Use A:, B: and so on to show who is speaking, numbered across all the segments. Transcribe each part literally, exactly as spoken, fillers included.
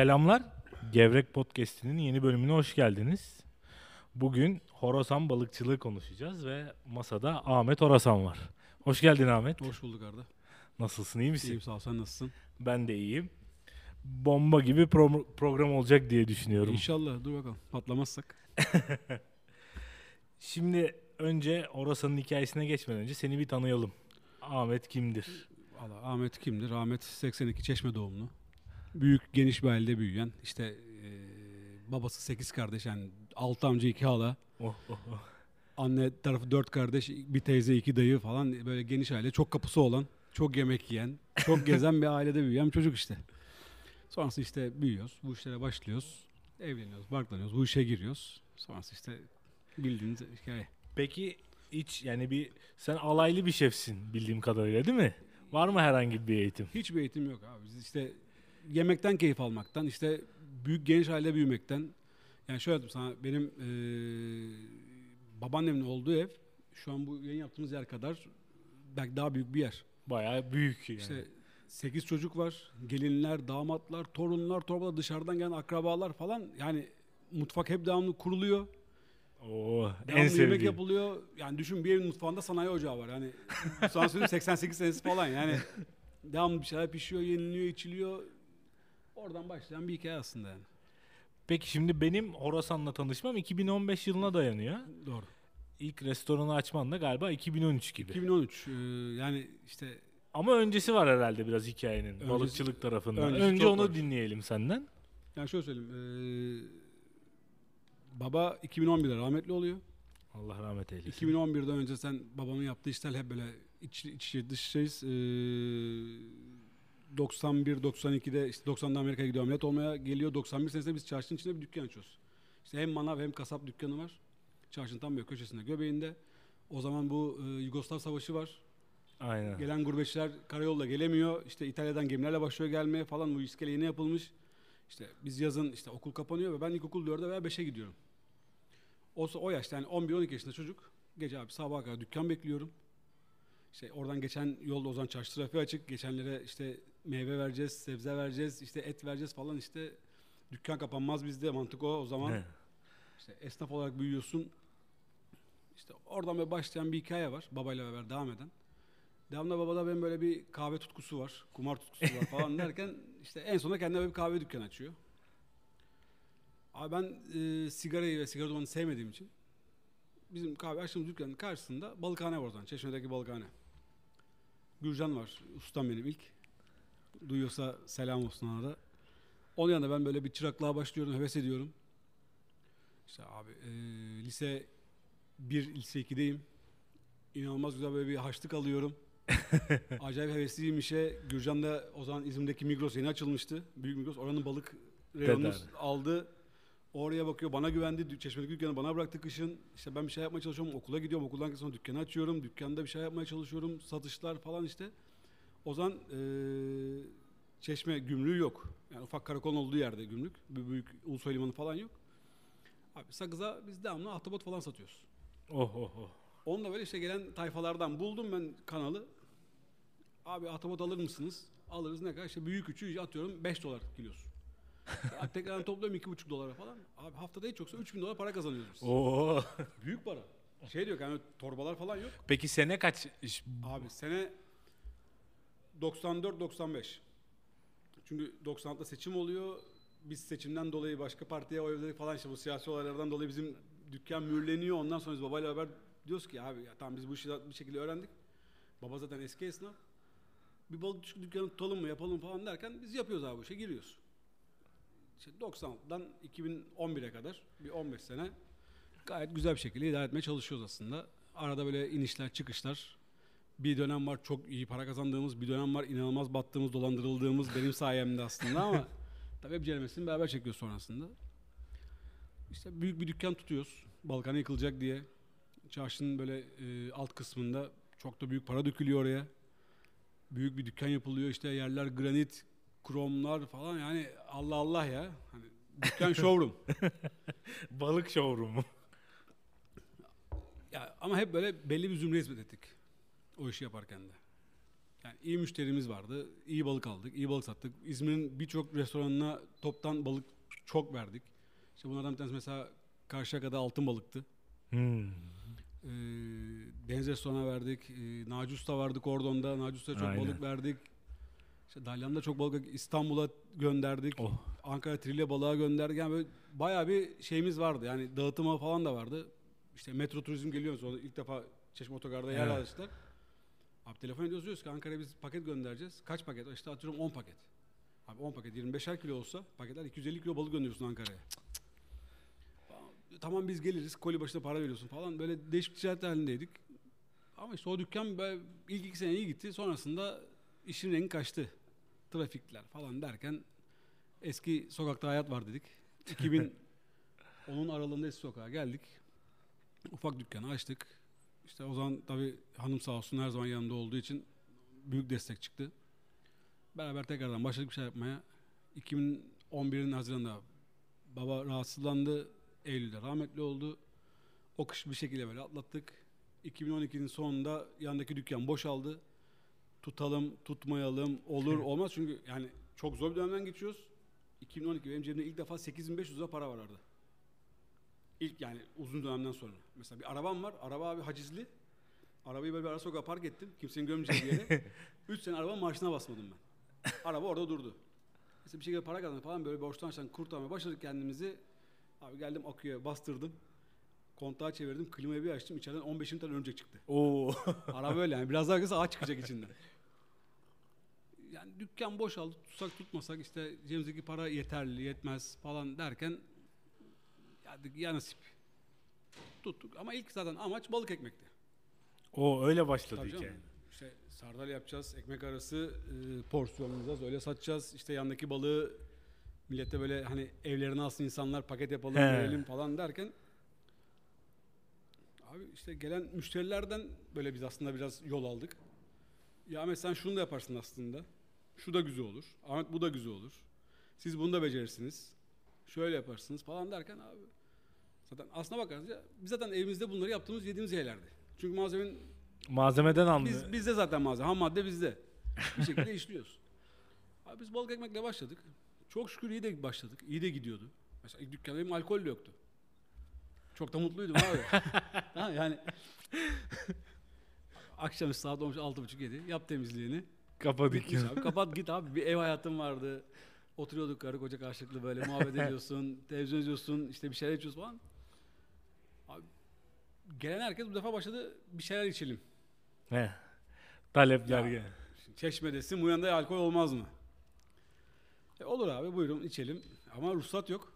A: Selamlar. Gevrek Podcast'inin yeni bölümüne hoş geldiniz. Bugün Horasan balıkçılığı konuşacağız ve masada Ahmet Horasan var. Hoş geldin Ahmet.
B: Hoş bulduk Arda.
A: Nasılsın, iyi misin?
B: İyiyim sağ ol, sen nasılsın?
A: Ben de iyiyim. Bomba gibi pro- program olacak diye düşünüyorum.
B: İnşallah, dur bakalım patlamazsak.
A: Şimdi önce Horasan'ın hikayesine geçmeden önce seni bir tanıyalım. Ahmet kimdir?
B: Valla Ahmet kimdir? Ahmet seksen iki Çeşme doğumlu. Büyük geniş bir ailede büyüyen. İşte e, babası sekiz kardeş, yani altı amca iki hala.
A: Oh, oh, oh.
B: Anne tarafı dört kardeş, bir teyze iki dayı falan, böyle geniş aile. Çok kapısı olan, çok yemek yiyen, çok gezen bir ailede büyüyen çocuk işte. Sonrası işte büyüyoruz, bu işlere başlıyoruz. Evleniyoruz, barklanıyoruz, bu işe giriyoruz. Sonrası işte bildiğiniz hikaye.
A: Peki hiç yani bir sen alaylı bir şefsin bildiğim kadarıyla, değil mi? Var mı herhangi bir eğitim?
B: Hiçbir eğitim yok abi. Biz işte yemekten keyif almaktan, işte büyük geniş aile büyümekten. Yani şöyle diyeyim sana, benim eee babaannemin olduğu ev şu an bu yayın yaptığımız yer kadar, belki daha büyük bir yer.
A: Bayağı büyük yani.
B: İşte sekiz çocuk var. Gelinler, damatlar, torunlar, torbalar, dışarıdan gelen akrabalar falan. Yani mutfak hep devamlı kuruluyor.
A: Oo, en
B: Devamlı yemek
A: sevdiğim.
B: yapılıyor. Yani düşün, bir evin mutfağında sanayi ocağı var. Yani sana söyleyeyim, seksen sekiz senesi falan yani. Devamlı bir şeyler pişiyor, yeniliyor, içiliyor. Oradan başlayan bir hikaye aslında yani.
A: Peki şimdi benim Horasan'la tanışmam iki bin on beş yılına dayanıyor.
B: Doğru.
A: İlk restoranı açman da galiba iki bin on üç gibi.
B: iki bin on üç, e, yani işte
A: Ama öncesi var herhalde biraz hikayenin,
B: Öncesi-
A: balıkçılık tarafından.
B: öncesi
A: Önce
B: çok
A: onu
B: var.
A: dinleyelim senden.
B: yani şöyle söyleyeyim. e, baba iki bin on birde rahmetli oluyor.
A: Allah rahmet eylesin.
B: iki bin on birden önce sen babamın yaptığı işler hep böyle iç iç içe dış şeyiz. E, doksan bir doksan ikide işte doksan'da Amerika'ya gidiyor, ameliyat olmaya geliyor. doksan bir senesinde biz çarşının içinde bir dükkan açıyoruz. İşte hem manav hem kasap dükkanı var. Çarşının tam böyle köşesinde, göbeğinde. O zaman bu e, Yugoslav Savaşı var.
A: Aynen.
B: Gelen gurbetçiler karayolla gelemiyor. İşte İtalya'dan gemilerle başlıyor gelmeye falan. Bu iskele yeni yapılmış. İşte biz yazın işte okul kapanıyor ve ben ilkokul dörde veya beşe gidiyorum. O, o yaşta yani on bir on iki yaşında çocuk. Gece abi sabaha kadar dükkan bekliyorum. İşte oradan geçen yolda o zaman çarşı trafiği açık. Geçenlere işte meyve vereceğiz, sebze vereceğiz, işte et vereceğiz falan işte. Dükkan kapanmaz bizde, mantık o o zaman.
A: He.
B: İşte esnaf olarak büyüyorsun. İşte oradan böyle başlayan bir hikaye var. Babayla beraber devam eden. Devamlı babada benim böyle bir kahve tutkusu var, kumar tutkusu var falan derken işte en sonunda kendine böyle bir kahve dükkanı açıyor. Abi ben e, sigarayı ve sigara dumanını sevmediğim için bizim kahve açtığımız dükkanın karşısında balıkhane var o zaman. Çeşme'deki balıkhane. Gürcan var, ustam benim ilk. Duyuyorsa selam olsun ona da. Onun yanında ben böyle bir çıraklığa başlıyorum, heves ediyorum. İşte abi e, lise bir, lise ikideyim. İnanılmaz güzel böyle bir haçlık alıyorum. Acayip hevesliyim işe. Gürcan da o zaman İzmir'deki Migros yeni açılmıştı. Büyük Migros. Oranın balık reyonunu
A: Tedarik.
B: aldı. Oraya bakıyor, bana güvendi. Çeşmedeki dükkanı bana bıraktı kışın. İşte ben bir şey yapmaya çalışıyorum. Okula gidiyorum. Okuldan sonra dükkanı açıyorum. Dükkanda bir şey yapmaya çalışıyorum. Satışlar falan işte. O zaman eee, Çeşme gümrüğü yok. Yani ufak karakolun olduğu yerde gümrük. Bir büyük Ulusoy Limanı falan yok. Abi sakıza biz devamlı ahtapot falan satıyoruz.
A: Oh oh oh.
B: Onunla böyle işte gelen tayfalardan buldum ben kanalı. Abi ahtapot alır mısınız? Alırız, ne kadar? İşte büyük küçüğü atıyorum beş dolar kilosu. Abi tekrardan topluyorum iki buçuk dolara falan. Abi haftada hiç yoksa üç bin dolar para kazanıyoruz biz.
A: Oo.
B: Büyük para. Şey diyor yani torbalar falan yok.
A: Peki sene kaç? iş-
B: Abi sene doksan dört doksan beş. Çünkü doksan altıda seçim oluyor. Biz seçimden dolayı başka partiye oy verdik falan, işte bu siyasi olaylardan dolayı bizim dükkan mühürleniyor. Ondan sonra biz babayla beraber diyoruz ki abi ya tamam biz bu işi bir şekilde öğrendik. Baba zaten eski esnaf. Bir balık dükkanı tutalım mı yapalım falan derken biz yapıyoruz abi bu işe, giriyoruz. İşte doksan altıdan iki bin on bire kadar bir on beş sene gayet güzel bir şekilde idare etmeye çalışıyoruz aslında. Arada böyle inişler çıkışlar. Bir dönem var çok iyi para kazandığımız, bir dönem var inanılmaz battığımız, dolandırıldığımız benim sayemde aslında ama tabii hep ceremesini beraber çekiyoruz sonrasında. İşte büyük bir dükkan tutuyoruz. Balkan'a yıkılacak diye. Çarşının böyle e, alt kısmında çok da büyük para dökülüyor oraya. Büyük bir dükkan yapılıyor, işte yerler granit, kromlar falan, yani Allah Allah ya. Hani dükkan showroom.
A: Balık showroom'u.
B: Ya ama hep böyle belli bir zümreye hizmet ettik o işi yaparken de. Yani iyi müşterimiz vardı. İyi balık aldık, iyi balık sattık. İzmir'in birçok restoranına toptan balık çok verdik. İşte bunlardan bir tanesi mesela Karşıyaka'da altın balıktı.
A: Hmm.
B: Ee, Deniz Restoran'a verdik. Ee, Naci Usta vardı Kordon'da. Naci Usta'ya çok
A: Aynen.
B: balık verdik. İşte Dalyan'da çok balık İstanbul'a gönderdik.
A: Oh.
B: Ankara Trilye balığa gönderdik. Yani böyle bayağı bir şeyimiz vardı. Yani dağıtıma falan da vardı. İşte metro turizm geliyor sonra ilk defa Çeşme Otogar'da yer
A: Evet.
B: alıştılar. Abi telefon ediyoruz diyoruz ki Ankara'ya biz paket göndereceğiz. Kaç paket? İşte atıyorum on paket. Abi on paket yirmi beşer kilo olsa paketler iki yüz elli kilo balık gönderiyorsun Ankara'ya. Tamam biz geliriz. Koli başına para veriyorsun falan. Böyle değişik bir ticaret halindeydik. Ama işte o dükkan böyle ilk iki sene iyi gitti. Sonrasında işin rengi kaçtı. Trafikler falan derken eski sokakta hayat var dedik. iki bin onun aralığında eski sokağa geldik. Ufak dükkanı açtık. İşte o zaman tabii hanım sağ olsun her zaman yanımda olduğu için büyük destek çıktı. Beraber tekrardan başladık bir şey yapmaya. iki bin on birin Haziran'da baba rahatsızlandı. Eylül'de rahmetli oldu. O kış bir şekilde böyle atlattık. iki bin on ikinin sonunda yanındaki dükkan boşaldı. Tutalım, tutmayalım, olur olmaz. Çünkü yani çok zor bir dönemden geçiyoruz. iki bin on iki benim cebimde ilk defa sekiz bin beş yüz lira para var orada. İlk yani uzun dönemden sonra. Mesela bir arabam var. Araba abi hacizli. Arabayı böyle bir ara sokağa park ettim. Kimsenin görmeyeceği bir yere. üç sene arabanın marşına basmadım ben. Araba orada durdu. Mesela bir şekilde para kazandık falan böyle borçtan açtan kurtarmaya başladık kendimizi. Abi geldim aküye bastırdım. Kontağı çevirdim. Klimayı bir açtım. İçeriden on beş bin tane örümcek çıktı.
A: Oo.
B: Araba öyle yani. Biraz daha kısa ağaç çıkacak içinden. Yani dükkan boşaldı. Tutsak tutmasak işte cebimizdeki para yeterli, yetmez falan derken ya, ya nasip. Tuttuk. Ama ilk zaten amaç balık ekmekti.
A: O öyle başladı
B: Tabii canım.
A: hikaye.
B: İşte sardalya yapacağız. Ekmek arası e, porsiyonlayacağız. Öyle satacağız. İşte yandaki balığı millete böyle hani evlerine alsın insanlar paket yapalım,
A: He.
B: verelim falan derken abi işte gelen müşterilerden böyle biz aslında biraz yol aldık. Ya Ahmet sen şunu da yaparsın aslında. Şu da güzel olur. Ahmet bu da güzel olur. Siz bunu da becerirsiniz. Şöyle yaparsınız falan derken abi zaten aslına bakarsanız biz zaten evimizde bunları yaptığımız yediğimiz yerlerdi. Çünkü malzemenin
A: Malzemeden anlı.
B: biz, bizde zaten malzeme. Ham madde bizde. Bir şekilde işliyoruz. Abi biz balık ekmekle başladık. Çok şükür iyi de başladık. İyi de gidiyordu. Mesela ilk dükkanda benim alkol de yoktu. Çok da mutluydum abi. Ha, yani akşamüstü saat olmuş altı buçuk yedi. Yap temizliğini.
A: Kapadık.
B: Bitmiş abi. Kapat git abi. Bir ev hayatım vardı. Oturuyorduk karı koca karşılıklı böyle muhabbet ediyorsun. Televizyon izliyorsun. İşte bir şeyler içiyorsun falan. Abi, gelen herkes bu defa başladı bir şeyler içelim.
A: He. Talepler
B: Ya.
A: gel.
B: Çeşmedesin bu yanında alkol olmaz mı? E olur abi buyurun içelim. Ama ruhsat yok.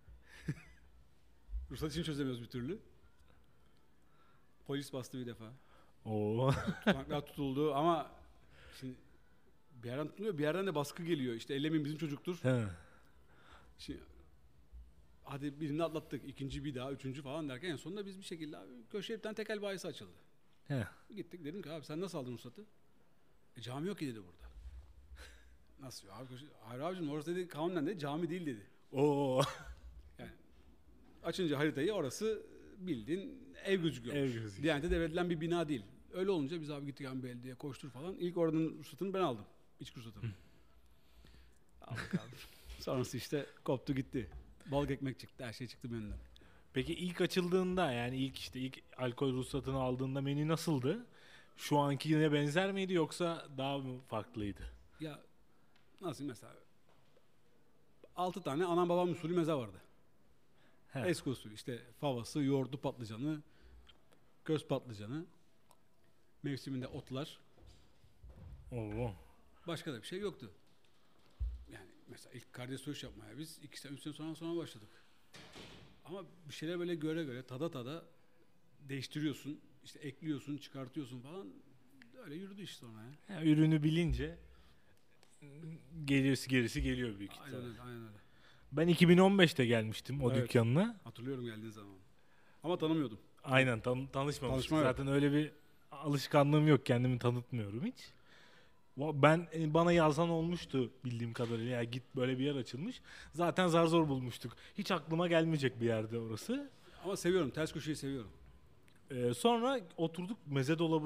B: Ruhsat için çözemiyoruz bir türlü. Polis bastı bir defa.
A: Oo.
B: Tutanaklar tutuldu ama şimdi bir yerden tutuluyor bir yerden de baskı geliyor. İşte ellemeyin bizim çocuktur.
A: He.
B: Şimdi, hadi birini atlattık. İkinci bir daha, üçüncü falan derken en sonunda biz bir şekilde abi köşeye bir tane tekel bayisi açıldı.
A: He.
B: Gittik dedim ki abi sen nasıl aldın ruhsatı? E, cami yok ki dedi burada. Nasıl? Abi, köşe, hayır abicim orası dedi kanunen dedi cami değil dedi.
A: Oo.
B: Yani açınca haritayı orası bildiğin ev gözüküyormuş.
A: Ev gözüküyor.
B: Diyanete devredilen bir bina değil. Öyle olunca biz abi gittik yani belediye koştur falan. İlk oradan ruhsatını ben aldım. İçki ruhsatını. Aldık abi. Sonrası işte koptu gitti. Balık ekmek çıktı. Her şey çıktı menüden.
A: Peki ilk açıldığında yani ilk işte ilk alkol ruhsatını aldığında menü nasıldı? Şu ankine benzer miydi yoksa daha mı farklıydı?
B: Ya nasıl mesela altı tane anam babam usulü meze vardı.
A: He.
B: Eski usul işte favası, yoğurdu patlıcanı, göz patlıcanı, mevsiminde otlar.
A: Oo.
B: Başka da bir şey yoktu. Yani mesela ilk kardeş söğüş yapmaya biz iki sene, üç sene sonra sonra başladık. Ama bir şeyler böyle göre göre, tada tada değiştiriyorsun. İşte ekliyorsun, çıkartıyorsun falan. Öyle yürüdü iş sonra ya.
A: Yani ürünü bilince gerisi gerisi geliyor büyük ihtimalle.
B: Aynen öyle, aynen öyle.
A: Ben iki bin on beşte gelmiştim o
B: Evet.
A: dükkanına.
B: Hatırlıyorum geldiğin zaman. Ama tanımıyordum.
A: Aynen tan tanışmamıştık.
B: Tanışma yok.
A: Zaten öyle bir alışkanlığım yok. Kendimi tanıtmıyorum hiç. Va- Ben e, bana yazan olmuştu bildiğim kadarıyla. Ya git böyle bir yer açılmış. Zaten zar zor bulmuştuk. Hiç aklıma gelmeyecek bir yerde orası.
B: Ama seviyorum, ters köşeyi seviyorum.
A: Ee, sonra oturduk meze dolabı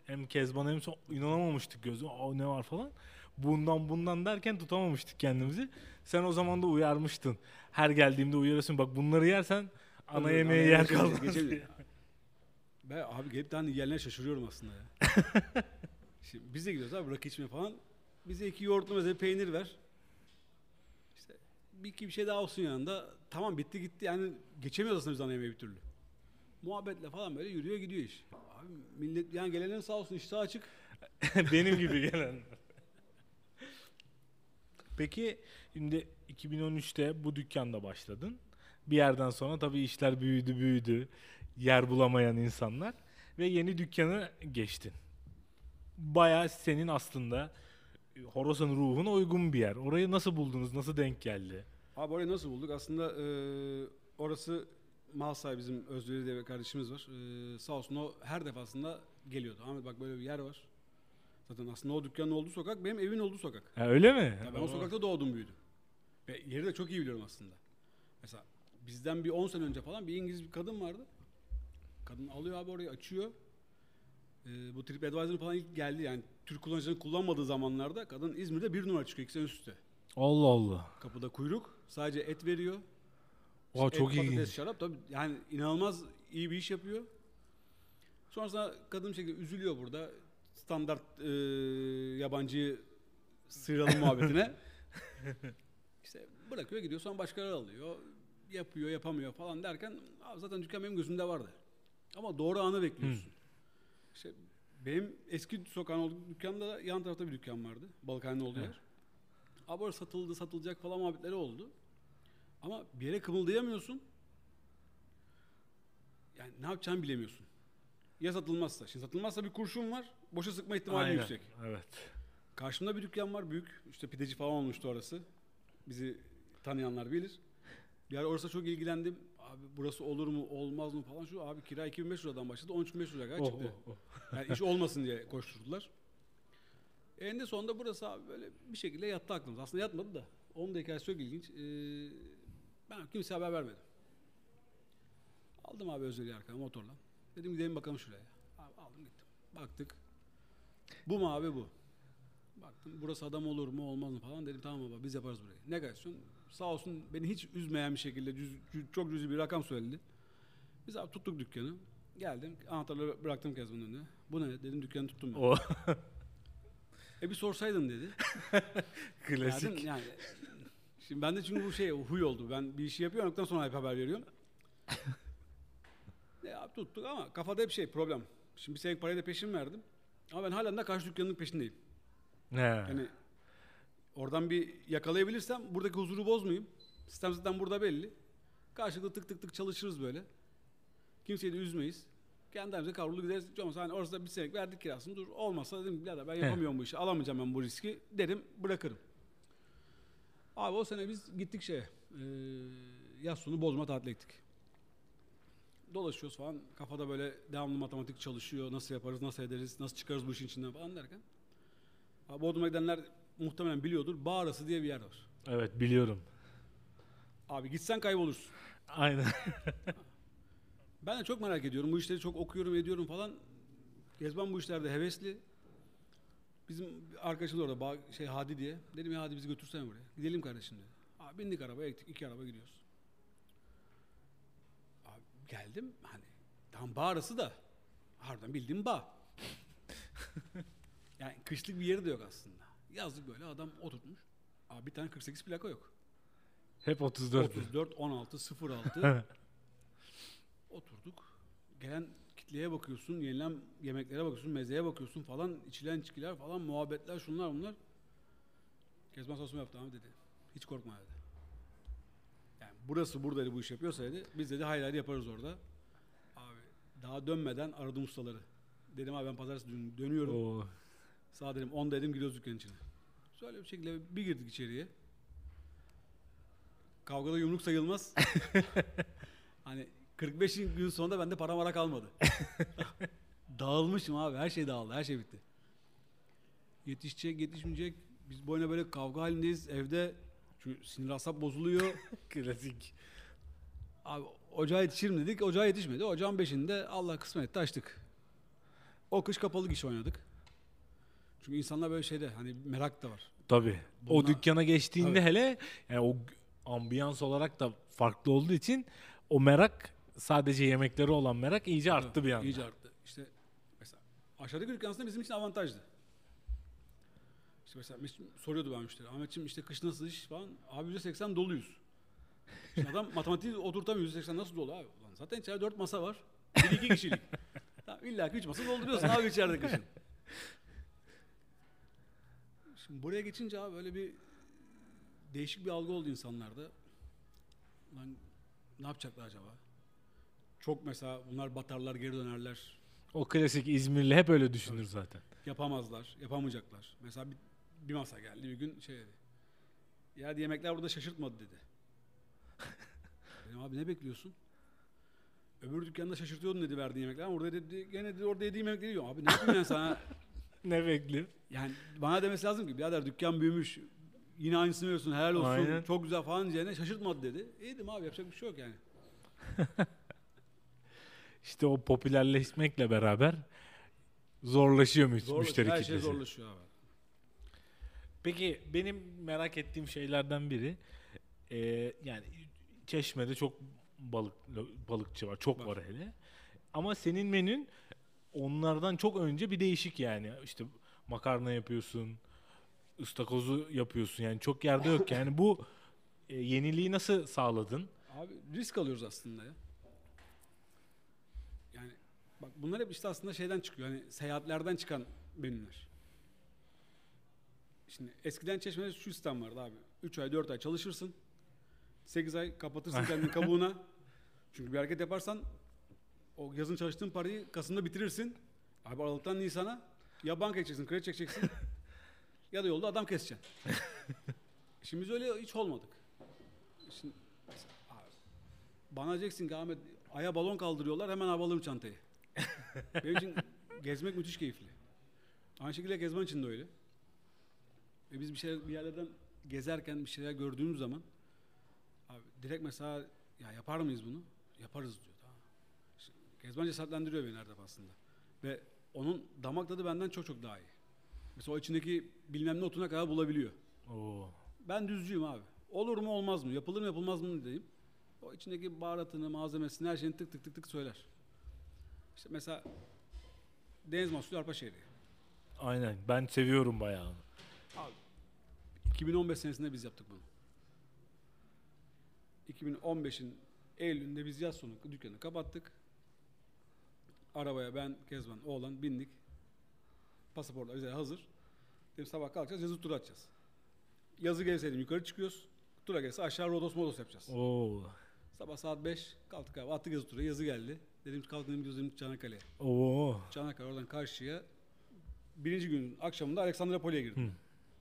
A: hem Kezban hem son inanamamıştık gözü. Aa ne var falan. Bundan bundan derken tutamamıştık kendimizi. Sen o zaman da uyarmıştın. Her geldiğimde uyarıyorsun. Bak bunları yersen ana
B: Tabii,
A: yemeğe
B: ana
A: yer
B: yemeğe
A: kalmaz
B: geçelim.
A: diye.
B: Ben abi gelip de hani yerlerine şaşırıyorum aslında ya. Şimdi biz de gidiyoruz abi rakı içmeye falan. Bize iki yoğurtlu meze peynir ver. İşte bir iki bir şey daha olsun yanında. Tamam bitti gitti yani geçemiyoruz aslında biz ana yemeğe bir türlü. Muhabbetle falan böyle yürüyor gidiyor iş. Abi millet yani gelenlerin sağ olsun iştahı açık.
A: Benim gibi gelen. Peki şimdi iki bin on üçte bu dükkanda başladın. Bir yerden sonra tabii işler büyüdü büyüdü. Yer bulamayan insanlar ve yeni dükkanı geçtin. Bayağı senin aslında Horasan ruhuna uygun bir yer. Orayı nasıl buldunuz? Nasıl denk geldi?
B: Abi orayı nasıl bulduk? Aslında eee, orası mal sahibi bizim Özdemir diye bir kardeşimiz var. Eee sağ olsun o her defasında geliyordu. Ahmet bak böyle bir yer var. Zaten aslında o dükkanın olduğu sokak benim evimin olduğu sokak.
A: Ha, öyle mi?
B: Ya ben o sokakta doğdum büyüdüm. Ve yeri de çok iyi biliyorum aslında. Mesela bizden bir on sene önce falan bir İngiliz bir kadın vardı. Kadın alıyor abi orayı açıyor. Ee, bu TripAdvisor'ın falan ilk geldi yani Türk kullanıcıların kullanmadığı zamanlarda kadın İzmir'de bir numara çıkıyor iki sene üst üste.
A: Allah Allah.
B: Kapıda kuyruk sadece et veriyor.
A: Oha,
B: İşte
A: çok
B: et, patates,
A: ilginç.
B: şarap tabii yani inanılmaz iyi bir iş yapıyor. Sonrasında kadın bir şekilde üzülüyor burada. Standart e, yabancıyı sıyıralım muhabbetine. İşte bırakıyor gidiyor sonra başkaları alıyor. Yapıyor yapamıyor falan derken abi zaten dükkan benim gözümde vardı. Ama doğru anı bekliyorsun. İşte benim eski sokağın olduğu dükkanda da yan tarafta bir dükkan vardı. Balıkhane'nin olduğu yer. Abi orası satıldı satılacak falan muhabbetleri oldu. Ama bir yere kımıldayamıyorsun. Yani ne yapacağını bilemiyorsun. Ya satılmazsa. Şimdi satılmazsa bir kurşun var. Boşa sıkma ihtimali
A: Aynen.
B: yüksek.
A: Evet.
B: Karşımda bir dükkan var büyük. İşte pideci falan olmuştu orası. Bizi tanıyanlar bilir. Bir ara orası çok ilgilendim. Abi burası olur mu olmaz mı falan. Şu abi kira iki bin beş yüz liradan başladı. on üç bin beş yüz liraya kadar
A: Oh,
B: çıktı.
A: oh, oh.
B: Yani iş olmasın diye koşturdular. Eninde sonunda burası abi böyle bir şekilde yattı aklımız. Aslında yatmadı da. Onun da hikayesi çok ilginç. Ee, ben kimseye haber vermedim. Aldım abi Özleri arkama motorla. Dedim gidelim bakalım şuraya. Abi aldım gittim. Baktık. Bu mu abi bu? Baktım burası adam olur mu olmaz mı falan dedim tamam baba biz yaparız burayı. Negasyon sağ olsun beni hiç üzmeyen bir şekilde cüz, cüz, çok cüzi bir rakam söyledi. Biz abi tuttuk dükkanı. Geldim anahtarları bıraktım Kezban'ın önüne. Bu ne dedim dükkanı tuttum ben.
A: O
B: E bir sorsaydın dedi.
A: klasik.
B: Dedim, yani şimdi ben de çünkü bu şey huy oldu. Ben bir işi yapıyorum ondan sonra hep haber veriyorum. E abi tuttuk ama kafada hep şey problem. Şimdi bir sene parayı da peşin verdim. Ama ben halen de karşı dükkanın peşindeyim.
A: He.
B: Yani oradan bir yakalayabilirsem buradaki huzuru bozmayayım. Sistem zaten burada belli. Karşılıklı tık tık tık çalışırız böyle. Kimseyi de üzmeyiz. Kendi aramızda kavrulu gideriz. Olmasa hani orada bir senelik verdik kirasını dur. Olmazsa dedim birader ben yapamıyorum bu işi. Alamayacağım ben bu riski derim bırakırım. Abi o sene biz gittik şeye. E, yaz sonu Bozma tatile gittik. Dolaşıyoruz falan. Kafada böyle devamlı matematik çalışıyor. Nasıl yaparız, nasıl ederiz, nasıl çıkarız bu işin içinden falan derken. Abi Bodrum'a gidenler muhtemelen biliyordur. Bağrası diye bir yer var.
A: Evet biliyorum.
B: Abi gitsen kaybolursun.
A: Aynen.
B: Ben de çok merak ediyorum. Bu işleri çok okuyorum, ediyorum falan. Kezban bu işlerde hevesli. Bizim arkadaşımız orada Bağ- şey Hadi diye. Dedim ya hadi bizi götürsene buraya. Gidelim kardeşim dedi. Abi bindik arabaya gittik. İki araba gidiyoruz. Abi geldim hani tam bağrası da harbiden bildiğim bağ. Yani kışlık bir yeri de yok aslında. Yazlık böyle adam oturtmuş. Abi bir tane kırk sekiz plaka yok.
A: Hep otuz dört.
B: otuz dört, on altı, sıfır altı. Oturduk. Gelen kitleye bakıyorsun, yenilen yemeklere bakıyorsun, mezeye bakıyorsun falan, içilen içkiler falan, muhabbetler, şunlar bunlar. Kezban sosum yaptı abi dedi. Hiç korkma dedi. Yani burası buradaydı bu iş yapıyorsa dedi. Biz dedi hayır hayır yaparız orada. Abi daha dönmeden aradım ustaları. Dedim abi ben pazartesi dön- dönüyorum.
A: Oo.
B: Sağ dedim on dedim gidiyoruz dükkanın içine. Şöyle bir şekilde bir girdik içeriye. Kavgada yumruk sayılmaz. Hani kırk beş gün sonunda bende para mara kalmadı. Dağılmışım abi. Her şey dağıldı. Her şey bitti. Yetişecek, yetişmeyecek. Biz boyuna böyle kavga halindeyiz. Evde çünkü sinir asap bozuluyor.
A: Klasik.
B: Abi ocağa yetişirim dedik. Ocağa yetişmedi. Ocağın beşinde Allah kısmet etti açtık. O kış kapalı gişe oynadık. Çünkü insanlar böyle şeyde hani merak da var.
A: Tabii. O
B: Bunlar-
A: dükkana geçtiğinde
B: Tabii.
A: hele yani o g- ambiyans olarak da farklı olduğu için o merak, sadece yemekleri olan merak iyice arttı bir anda.
B: İyice arttı. İşte mesela aşağıdaki dükkan aslında bizim için avantajlı. İşte mesela Mesut soruyordu bana müşteri. Ahmetciğim işte kış nasıl iş falan. Abi yüzde seksen doluyuz. Şimdi adam matematiği oturtamıyor. yüzde seksen nasıl dolu abi? Ulan zaten içeride dört masa var. Bir iki kişilik. Tamam, illa ki üç masa dolduruyorsun abi içeride kışın. Şimdi buraya geçince abi böyle bir değişik bir algı oldu insanlarda. Lan ne yapacaklar acaba? Çok mesela bunlar batarlar, geri dönerler.
A: O klasik İzmirli hep öyle düşünür zaten.
B: Yapamazlar, yapamayacaklar. Mesela bir, bir masa geldi bir gün şey dedi. Ya yemekler burada şaşırtmadı dedi. Dedim abi ne bekliyorsun? Öbür dükkanda şaşırtıyordun dedi verdiğin yemekler. Ama orada dedi, gene dedi orada yediğim yemekleri yiyorum. Abi ne yapayım ben sana?
A: Ne bekliyor?
B: Yani bana demesi lazım ki birader dükkan büyümüş. Yine aynısını veriyorsun helal olsun.
A: Aynen.
B: Çok güzel falan diyeceğine şaşırtmadı dedi. İyiydim abi yapacak bir şey yok yani.
A: İşte o popülerleşmekle beraber zorlaşıyor mü-
B: Zorlaşıyor,
A: müşteri
B: her
A: kitlesi.
B: şey zorlaşıyor abi.
A: Peki benim merak ettiğim şeylerden biri e, yani Çeşme'de çok balık balıkçı var. Çok
B: Var.
A: var hele. Ama senin menün onlardan çok önce bir değişik yani. İşte makarna yapıyorsun, ıstakozu yapıyorsun. Yani çok yerde yok. Yani bu e, yeniliği nasıl sağladın?
B: Abi risk alıyoruz aslında ya. Yani bak bunlar hep işte aslında şeyden çıkıyor. Hani seyahatlerden çıkan menüler. Şimdi eskiden Çeşme'de şu sistem vardı abi. üç ay dört ay çalışırsın. sekiz ay kapatırsın kendini kabuğuna. Çünkü bir hareket yaparsan o yazın çalıştığın parayı Kasım'da bitirirsin. Abi Aralık'tan Nisan'a ya banka çekeceksin, kredi çekeceksin ya da yolda adam keseceksin. Şimdi biz öyle hiç olmadık. Şimdi abi, bana diyeceksin ki Ahmet aya balon kaldırıyorlar hemen abi alırım çantayı. Benim için gezmek müthiş keyifli. Aynı şekilde gezmen için de öyle. Ve biz bir şey bir yerlerden gezerken bir şeyler gördüğümüz zaman abi direkt mesela ya yapar mıyız bunu? Yaparız diyor. Tamam. İşte, gezmen cesaretlendiriyor beni her defasında. Ve onun damak tadı benden çok çok daha iyi. Mesela o içindeki bilmem ne otuna kadar bulabiliyor.
A: Oo.
B: Ben düzcüyüm abi. Olur mu olmaz mı? Yapılır mı yapılmaz mı diyeyim. O içindeki baharatını, malzemesini, her şeyini tık tık tık tık söyler. İşte mesela deniz mahsulü arpa şehriye.
A: Aynen. Ben seviyorum bayağı.
B: Abi iki bin on beş senesinde biz yaptık bunu. iki bin on beşin Eylül'ünde biz yaz sonu dükkanı kapattık. Arabaya ben, Kezban, oğlan bindik. Pasaportlar bize hazır. Dedim sabah kalkacağız, yazı turu atacağız. Yazı gelseydim yukarı çıkıyoruz. Tura gelse aşağı Rodos Modos yapacağız.
A: Oo.
B: Sabah saat beş kalktık abi attık yazı tura, yazı geldi. Dedim kalkın gidiyoruz dedim Çanakkale'ye.
A: Oo.
B: Çanakkale oradan karşıya. Birinci günün akşamında Aleksandropoli'ye girdim.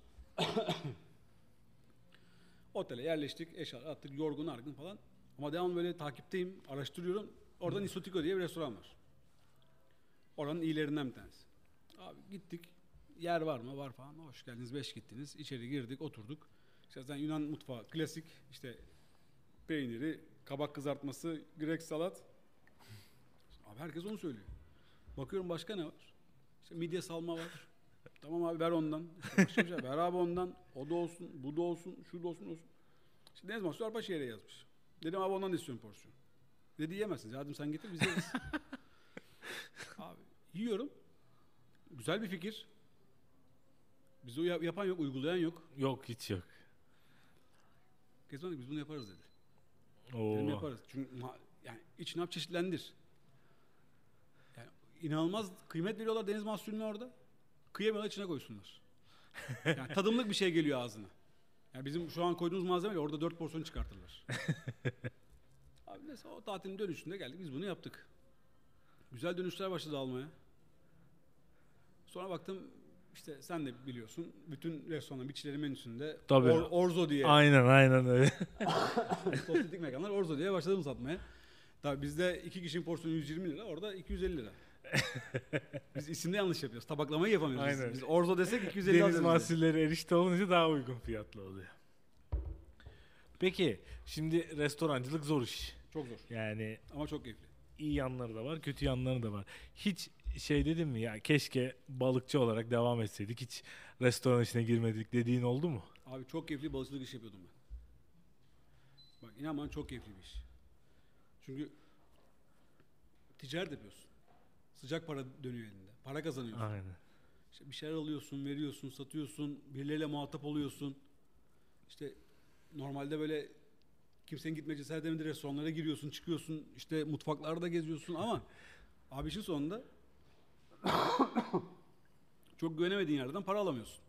B: Otele yerleştik, eşya attık, yorgun argın falan. Ama devamlı böyle takipteyim, araştırıyorum. Orada Nisotiko diye bir restoran var. Oranın iyilerinden bir tanesi. Abi gittik, yer var mı? Var falan. Hoş geldiniz, beş gittiniz. İçeri girdik, oturduk. İşte zaten Yunan mutfağı klasik. İşte peyniri, kabak kızartması, grek salat. Abi herkes onu söylüyor. Bakıyorum başka ne var? İşte midye salma var. Tamam abi ver ondan. İşte başka bir şey, ver abi ondan. O da olsun, bu da olsun, şu da olsun olsun. İşte deniz mahsulü arpa şehriye yazmış. Dedim abi ondan da istiyorum porsiyon. Dedi yiyemezsiniz. Ya dedim sen getir biz yeriz. Abi yiyorum. Güzel bir fikir. Bizi o yapan yok, uygulayan yok.
A: Yok hiç yok.
B: Kezban biz bunu yaparız dedi.
A: Oo.
B: Dedim yaparız. Çünkü ma- yani iç nap çeşitlendir. Yani inanılmaz kıymet veriyorlar deniz mahsulüne orada. Kıyamıyorlar içine koysunlar. Yani tadımlık bir şey geliyor ağzına. Yani bizim şu an koyduğumuz malzemeyle orada dört porsiyon çıkartırlar. Abi neyse o tatilin dönüşünde geldik biz bunu yaptık. Güzel dönüşler başladı almaya. Sonra baktım işte sen de biliyorsun bütün restoranın biçileri menüsünde
A: Tabii.
B: Or- Orzo diye.
A: Aynen aynen öyle.
B: Sosyetik mekanlar Orzo diye başladım satmaya. Tabii bizde iki kişinin porsiyonu yüz yirmi lira, orada iki yüz elli lira. Biz isimde yanlış yapıyoruz. Tabaklamayı yapamıyoruz. Biz,
A: Aynen.
B: biz Orzo desek iki yüz elli
A: Deniz
B: alıyoruz.
A: mahsulleri erişte olunca daha uygun fiyatlı oluyor. Peki şimdi restorancılık zor iş.
B: Çok zor
A: Yani
B: ama çok keyifli.
A: iyi yanları da var, kötü yanları da var. Hiç şey dedim mi ya, keşke balıkçı olarak devam etseydik, hiç restoran işine girmedik dediğin oldu mu?
B: Abi çok keyifli balıkçılık işi yapıyordum ben. Bak inan bana çok keyifli bir iş. Çünkü ticaret yapıyorsun. Sıcak para dönüyor elinde. Para kazanıyorsun.
A: Aynen.
B: İşte bir şeyler alıyorsun, veriyorsun, satıyorsun, birileriyle muhatap oluyorsun. İşte normalde böyle kimsenin gitmeye cesaret edemediği restoranlara giriyorsun, çıkıyorsun, işte mutfaklarda geziyorsun ama abi işin sonunda çok güvenemediğin yerden para alamıyorsun.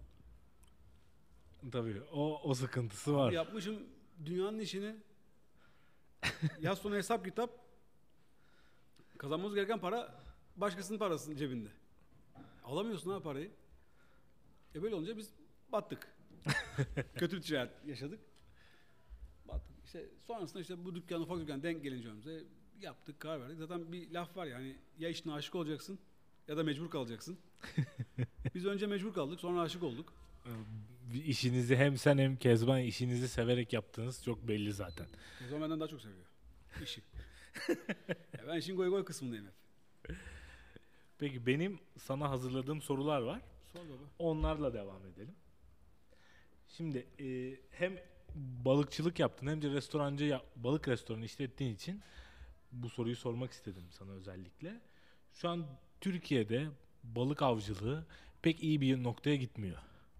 A: Tabii o o sıkıntısı
B: Abi
A: var.
B: yapmışım dünyanın işini, yaz sonu hesap kitap, kazanmamız gereken para başkasının parasının cebinde. Alamıyorsun ha parayı. E böyle olunca biz battık. Kötü bir ticaret yaşadık. Battık. İşte sonrasında işte bu dükkan, ufak dükkan denk gelince önümüze yaptık, karar verdik. Zaten bir laf var yani, ya işine aşık olacaksın ya da mecbur kalacaksın. Biz önce mecbur kaldık, sonra aşık olduk.
A: Bir işinizi hem sen hem Kezban işinizi severek yaptığınız çok belli zaten.
B: O zaman benden daha çok seviyor işi. Ya ben işin goy goy kısmındayım hep.
A: Peki benim sana hazırladığım sorular var.
B: Sor baba.
A: Onlarla devam edelim. Şimdi e, hem balıkçılık yaptın hem de restorancı ya- balık restoranı işlettiğin için bu soruyu sormak istedim sana özellikle. Şu an Türkiye'de balık avcılığı pek iyi bir noktaya gitmiyor.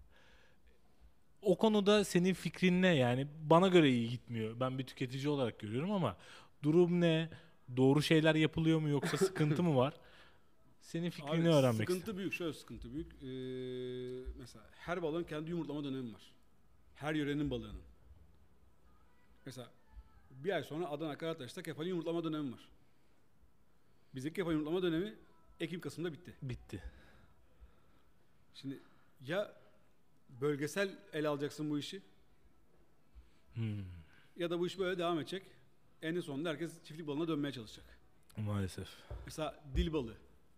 A: O konuda senin fikrin ne? Yani bana göre iyi gitmiyor. Ben bir tüketici olarak görüyorum ama durum ne? Doğru şeyler yapılıyor mu yoksa sıkıntı mı var? Senin fikrini
B: Abi,
A: öğrenmek
B: sıkıntı
A: istedim.
B: büyük, şöyle sıkıntı büyük. Ee, mesela her balığın kendi yumurtlama dönemi var. Her yörenin balığının. Mesela bir ay sonra Adana Karataş'ta kefalin yumurtlama dönemi var. Bizdeki kefalin yumurtlama dönemi Ekim-Kasım'da bitti.
A: Bitti.
B: Şimdi ya bölgesel ele alacaksın bu işi
A: Hmm,
B: ya da bu iş böyle devam edecek. En sonunda herkes çiftlik balığına dönmeye çalışacak.
A: maalesef.
B: Mesela dil balığı.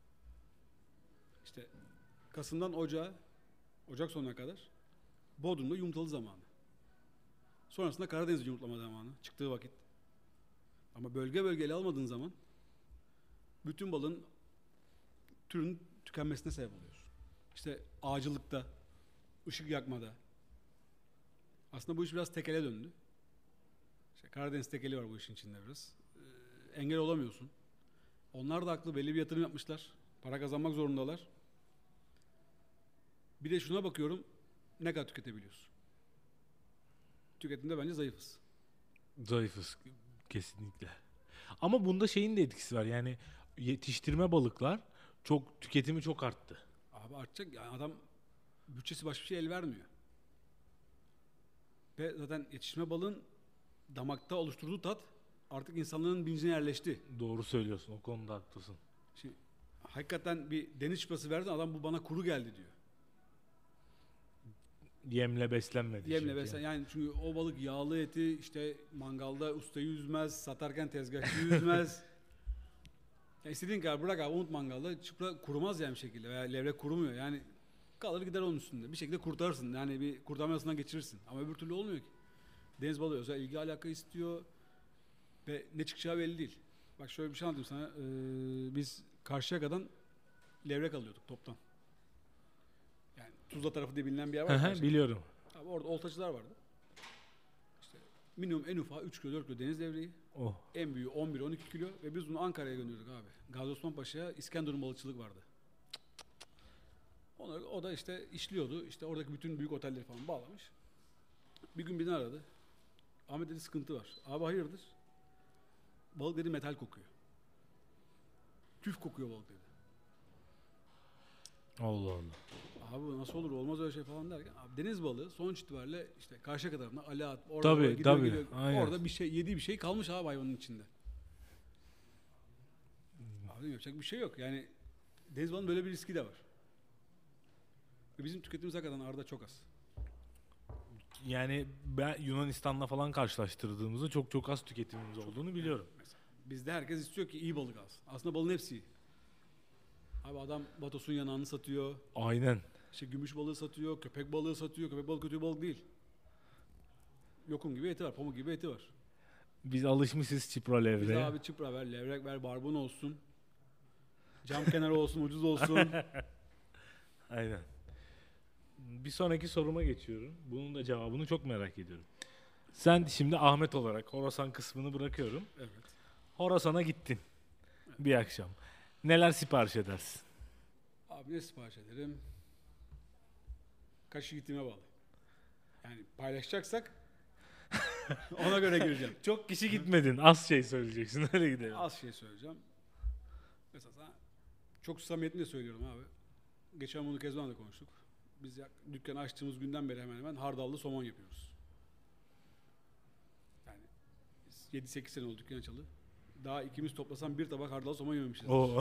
B: İşte Kasım'dan Ocağa, Ocak sonuna kadar Bodrum'da yumurtalı zamanı. Sonrasında Karadeniz'de yumurtlama zamanı çıktığı vakit. Ama bölge bölge ele almadığın zaman bütün balığın türünün tükenmesine sebep oluyorsun. İşte ağacılıkta, ışık yakmada. Aslında bu iş biraz tekele döndü. İşte Karadeniz tekeli var bu işin içinde biraz. Ee, engel olamıyorsun. Onlar da haklı, belli bir yatırım yapmışlar. Para kazanmak zorundalar. Bir de şuna bakıyorum, ne kadar tüketebiliyorsun? Tüketimde bence zayıfız.
A: Zayıfız kesinlikle. Ama bunda şeyin de etkisi var. Yani yetiştirme balıklar çok tüketimi çok arttı.
B: Abi artacak yani, adam bütçesi başka bir şey el vermiyor. Ve zaten yetiştirme balığın damakta oluşturduğu tat artık insanların bilincine yerleşti.
A: Doğru söylüyorsun. O konuda haklısın.
B: Şimdi hakikaten bir deniz çıprası verdin, adam bu bana kuru geldi diyor.
A: Yemle beslenmedi.
B: Yemle
A: çünkü.
B: beslen yani, çünkü o balık yağlı eti işte mangalda ustayı üzmez, satarken tezgahçıyı üzmez. Ya istediğin kadar bırak abi, unut mangalda, çıpra kurumaz yani bir şekilde, veya levrek kurumuyor yani, kalır gider onun üstünde. Bir şekilde kurtarırsın yani, bir kurtarma yasından geçirirsin ama öbür türlü olmuyor ki. Deniz balığı özel ilgi alaka istiyor ve ne çıkacağı belli değil. Bak şöyle bir şey anlatayım sana. Ee, biz Karşıyaka'dan levrek alıyorduk toptan. Yani Tuzla tarafı diye bilinen bir yer var.
A: Hı hı,
B: Karşıyaka.
A: biliyorum.
B: Abi orada oltacılar vardı. İşte minimum en ufağı üç kilo dört kilo deniz levreği.
A: Oh.
B: En büyüğü on bir on iki kilo ve biz bunu Ankara'ya gönderiyorduk abi. Gazi Osman Paşa'ya İskenderun balıkçılık vardı. Onu, o da işte işliyordu. İşte oradaki bütün büyük otelleri falan bağlamış. Bir gün beni aradı. Ahmet dedi, sıkıntı var. Abi hayırdır? Balık dedi metal kokuyor. Küf kokuyor balık dedi.
A: Allah Allah.
B: Abi nasıl olur, olmaz öyle şey falan derken, abi deniz balığı sonuç itibariyle işte Karşıyaka tarafında Aliağa orada
A: Tabii,
B: oraya gidiyor,
A: tabii,
B: gidiyor.
A: aynen.
B: Orada bir şey yediği bir şey kalmış abi hayvanın içinde. Abi yapacak bir şey yok. Yani deniz balığının böyle bir riski de var. Ve bizim tüketimimiz hakikaten arada çok az.
A: Yani ben Yunanistan'la falan karşılaştırdığımızda çok çok az tüketimimiz olduğunu biliyorum.
B: Mesela bizde herkes istiyor ki iyi balık alsın. Aslında balığın hepsi iyi. Abi adam batosun yanağını satıyor.
A: Aynen.
B: İşte gümüş balığı satıyor, köpek balığı satıyor. Köpek balığı kötü bir balık değil. Lokum gibi eti var, pamuk gibi eti var.
A: Biz alışmışız çipra
B: Bize
A: levreye.
B: abi çıpra ver, levrek ver, barbun olsun. Cam kenarı olsun, ucuz olsun.
A: Aynen. Bir sonraki soruma geçiyorum. Bunun da cevabını çok merak ediyorum. Sen şimdi Ahmet olarak Horasan kısmını bırakıyorum.
B: Evet.
A: Horasan'a gittin bir akşam. Neler sipariş edersin?
B: Abi ne sipariş ederim? Kaç kişi gittiğime bağlı. Yani paylaşacaksak ona göre gireceğim.
A: Çok kişi gitmedin. Az şey söyleyeceksin. Öyle gidelim.
B: Az şey söyleyeceğim. Mesela sana çok samimiyetle söylüyorum abi. Geçen bunu Kezban'la konuştuk. Biz ya, dükkanı açtığımız günden beri hemen hemen hardallı somon yapıyoruz. Yani yedi sekiz sene oldu dükkan açalı. Daha ikimiz toplasan bir tabak hardallı somon yememişiz.
A: Oo.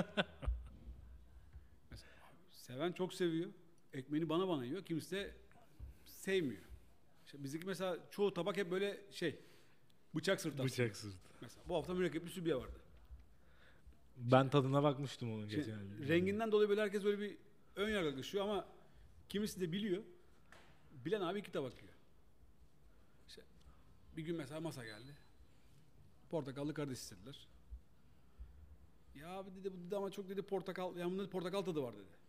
B: Mesela, seven çok seviyor. Ekmeğini bana bana yiyor. Kimisi de sevmiyor. İşte bizdeki mesela çoğu tabak hep böyle şey bıçak sırtı.
A: Bıçak sırtı.
B: Mesela bu hafta mürekkepli sübiye vardı.
A: Ben tadına bakmıştım onun
B: Şey,
A: geçen.
B: renginden dolayı böyle herkes böyle bir ön yargılaşıyor ama kimisi de biliyor. Bilen abi iki tabak yiyor. İşte bir gün mesela masa geldi. Portakallı karides istediler. Ya abi dedi bu dedi ama çok dedi portakal, ya bunda portakal tadı var dedi.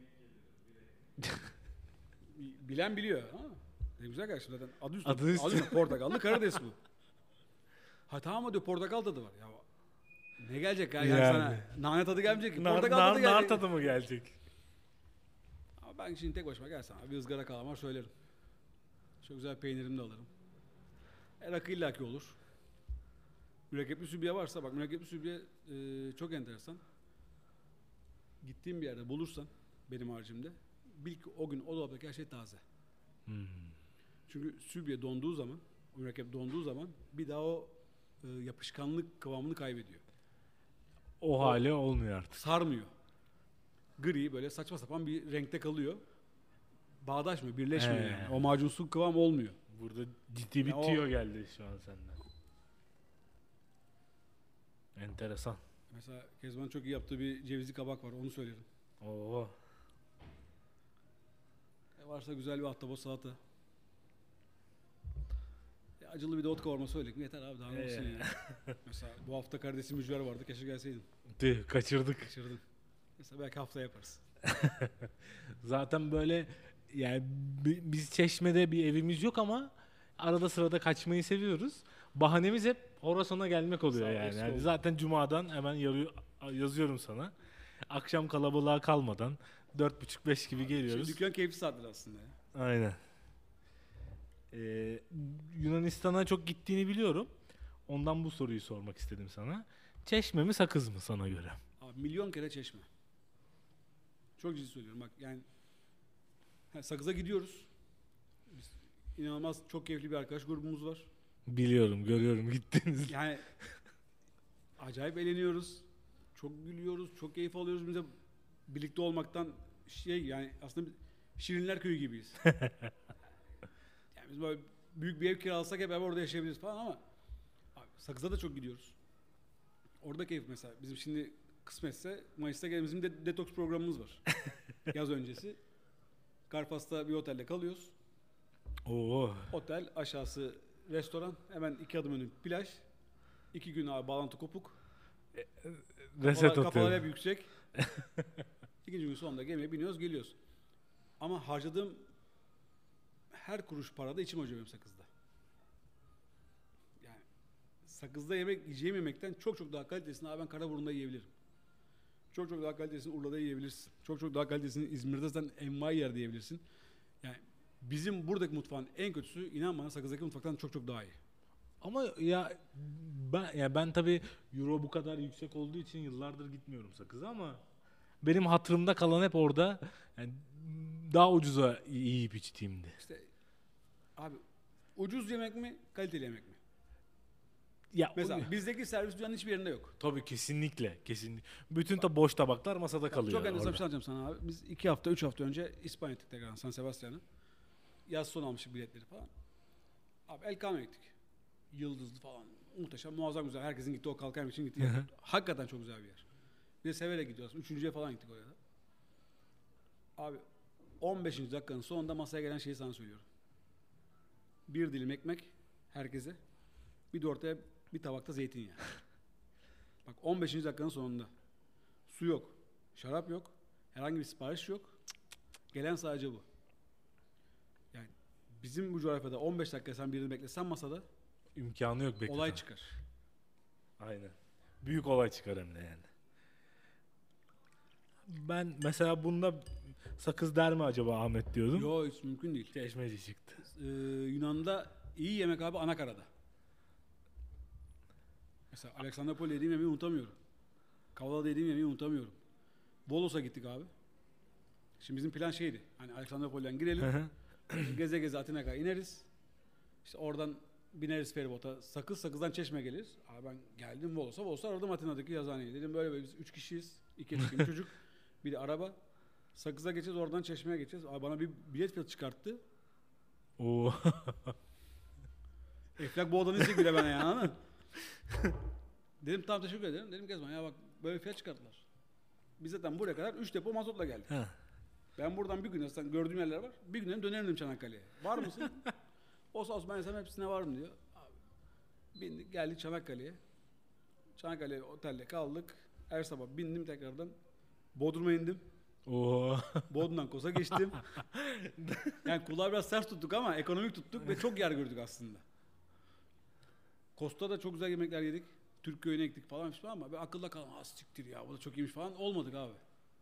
B: Bilen biliyor. Ha? Ne güzel kardeşim zaten adı üstü.
A: Adı üstü.
B: Adı üstü. Portakallı karides bu. Ha tamam mı diyor portakal tadı var. Ya ne gelecek ya? Yani,
A: Yani.
B: sana nane tadı gelmeyecek ki.
A: Nar,
B: Portakal
A: nar,
B: tadı
A: nar
B: gelecek.
A: tadı mı gelecek?
B: Ama ben şimdi tek başıma gelsem abi bir ızgara kalamar söylerim. Çok güzel peynirimi de alırım. E, rakı illaki olur. Mürekkepli sübiye varsa bak mürekkepli sübiye e, çok enteresan. Gittiğim bir yerde bulursan benim harcımda bil ki o gün o dolaptaki her şey taze.
A: Hmm.
B: Çünkü sübiye donduğu zaman, o mürekkep donduğu zaman bir daha o e, yapışkanlık kıvamını kaybediyor.
A: O, o hali olmuyor artık.
B: Sarmıyor. Gri böyle saçma sapan bir renkte kalıyor. Bağdaşmıyor, birleşmiyor
A: He.
B: yani. O macunsu kıvam olmuyor.
A: Burada ciddi bir
B: Ya o-
A: tüyo geldi şu an senden. Enteresan.
B: Mesela Kezban'ın çok iyi yaptığı bir cevizli kabak var, onu söylerim.
A: Oo.
B: E varsa güzel bir ahtapot salata. E acılı bir de ot kavurma söyledik mi yeter abi daha ne olsun
A: Ee.
B: ya. Mesela bu hafta kardeşim mücver vardı, keşke gelseydin.
A: Tüh, kaçırdık.
B: Kaçırdın. Mesela belki haftaya yaparız.
A: Zaten böyle yani bi- biz Çeşme'de bir evimiz yok ama arada sırada kaçmayı seviyoruz. Bahanemiz hep Horasan'a gelmek oluyor
B: Sağ ol,
A: yani.
B: eksik
A: Yani
B: olma.
A: zaten Cuma'dan hemen yarıyor, yazıyorum sana. Akşam kalabalığa kalmadan dört buçuk beş gibi geliyoruz.
B: Şimdi dükkan keyifli saatler aslında ya.
A: Aynen. Ee, Yunanistan'a çok gittiğini biliyorum. Ondan bu soruyu sormak istedim sana. Çeşme mi Sakız mı sana göre?
B: Abi milyon kere Çeşme. Çok ciddi söylüyorum bak yani ha, Sakız'a gidiyoruz. Biz inanılmaz çok keyifli bir arkadaş grubumuz var.
A: Biliyorum, görüyorum gittiniz.
B: Yani acayip eğleniyoruz. Çok gülüyoruz, çok keyif alıyoruz. Biz de birlikte olmaktan şey yani aslında biz Şirinler Köyü gibiyiz. Yani biz böyle büyük bir ev kiralasak hep beraber orada yaşayabiliriz falan ama abi, Sakız'a da çok gidiyoruz. Orada keyif mesela. Bizim şimdi kısmetse Mayıs'ta gelen bizim de detoks programımız var. Yaz öncesi. Karpas'ta bir otelde kalıyoruz.
A: Oo.
B: Otel aşağısı restoran. Hemen iki adım önü plaj. İki gün abi bağlantı kopuk.
A: Reset
B: Kafalar, kafalar hep
A: atıyorum.
B: yüksek. İkinci gün sonunda gemiye biniyoruz geliyoruz. Ama harcadığım her kuruş parada içim acıyor benim Sakız'da. Yani Sakız'da yemek yiyeceğim yemekten çok çok daha kalitesini abi ben Karaburun'da yiyebilirim. Çok çok daha kalitesini Urla'da yiyebilirsin. Çok çok daha kalitesini İzmir'de zaten envai yerde yiyebilirsin. Yani bizim buradaki mutfağın en kötüsü inan bana Sakız'daki mutfaktan çok çok daha iyi.
A: Ama ya ben ya ben tabii euro bu kadar yüksek olduğu için yıllardır gitmiyorum Sakız'a ama benim hatırımda kalan hep orada yani daha ucuza yiyip içtiğimdi.
B: İşte abi ucuz yemek mi kaliteli yemek mi?
A: Ya
B: Mesela
A: o-
B: bizdeki servis dünyanın hiçbir yerinde yok.
A: tabii kesinlikle kesinlikle. Bütün ta boş tabaklar masada kalıyor.
B: Çok enteresan
A: orada.
B: bir şey anlatacağım sana abi. Biz iki hafta, üç hafta önce İspanya gittik tekrar San Sebastian'a. Yaz sonu almıştık biletleri falan. Abi El Camo'ya gittik. Yıldızlı falan. Muhteşem, muazzam güzel. Herkesin gittiği o kalkan için gittiği yer. Hakikaten çok güzel bir yer. Bir de severek gidiyoruz. Üçüncüye falan gittik oraya da. Abi on beşinci dakikanın sonunda masaya gelen şeyi sana söylüyorum. Bir dilim ekmek herkese. Bir de ortaya bir tabakta zeytinyağı. Bak on beşinci dakikanın sonunda. Su yok. Şarap yok. Herhangi bir sipariş yok. Gelen sadece bu. Yani bizim bu coğrafyada on beş dakika sen birini beklesen masada
A: İmkanı yok bekleten.
B: olay çıkar.
A: Aynen. Büyük olay çıkar hem de yani. Ben mesela bunda sakız der mi acaba Ahmet diyordum.
B: Yok hiç mümkün değil.
A: Çeşmeci çıktı.
B: Ee, Yunan'da iyi yemek abi anakarada. Mesela Alexandropol'de yediğim yemeği unutamıyorum. Kavala'da yediğim yemeği unutamıyorum. Bolos'a gittik abi. Şimdi bizim plan şeydi. Hani Alexandropol'den girelim. geze geze Atina'ya kadar ineriz. İşte oradan bineriz feribota. Sakız, Sakız'dan Çeşme geliriz. Abi ben geldim Volos'a. Volos'a aradım Atina'daki yazıhaneyi. Dedim böyle böyle biz üç kişiyiz. İki erkek, bir çocuk. Bir de araba. Sakız'a geçeceğiz, oradan Çeşme'ye geçeceğiz. Abi bana bir bilet fiyatı çıkarttı.
A: Oo.
B: Eflak bu odanı izleyecek bile bana ya, anladın mı? Dedim tamam teşekkür ederim. Dedim Kezban ya bak böyle fiyat çıkarttılar. Biz zaten buraya kadar üç depo mazotla geldik.
A: Ha.
B: Ben buradan bir gün zaten gördüğüm yerler var. Bir günden dönerim dedim Çanakkale'ye. Var mısın? O sağ olsun ben sana hepsine varım diyor. Abi, bindik geldik Çanakkale'ye. Çanakkale otelde kaldık. Her sabah bindim tekrardan. Bodrum'a indim.
A: Oo.
B: Bodrum'dan Kos'a geçtim. Yani kulağı biraz sert tuttuk ama ekonomik tuttuk ve çok yer gördük aslında. Kos'ta da çok güzel yemekler yedik. Türk köyüne gittik falan işte ama ben akılda kalan az siktir ya bu da çok iyiymiş falan olmadık abi.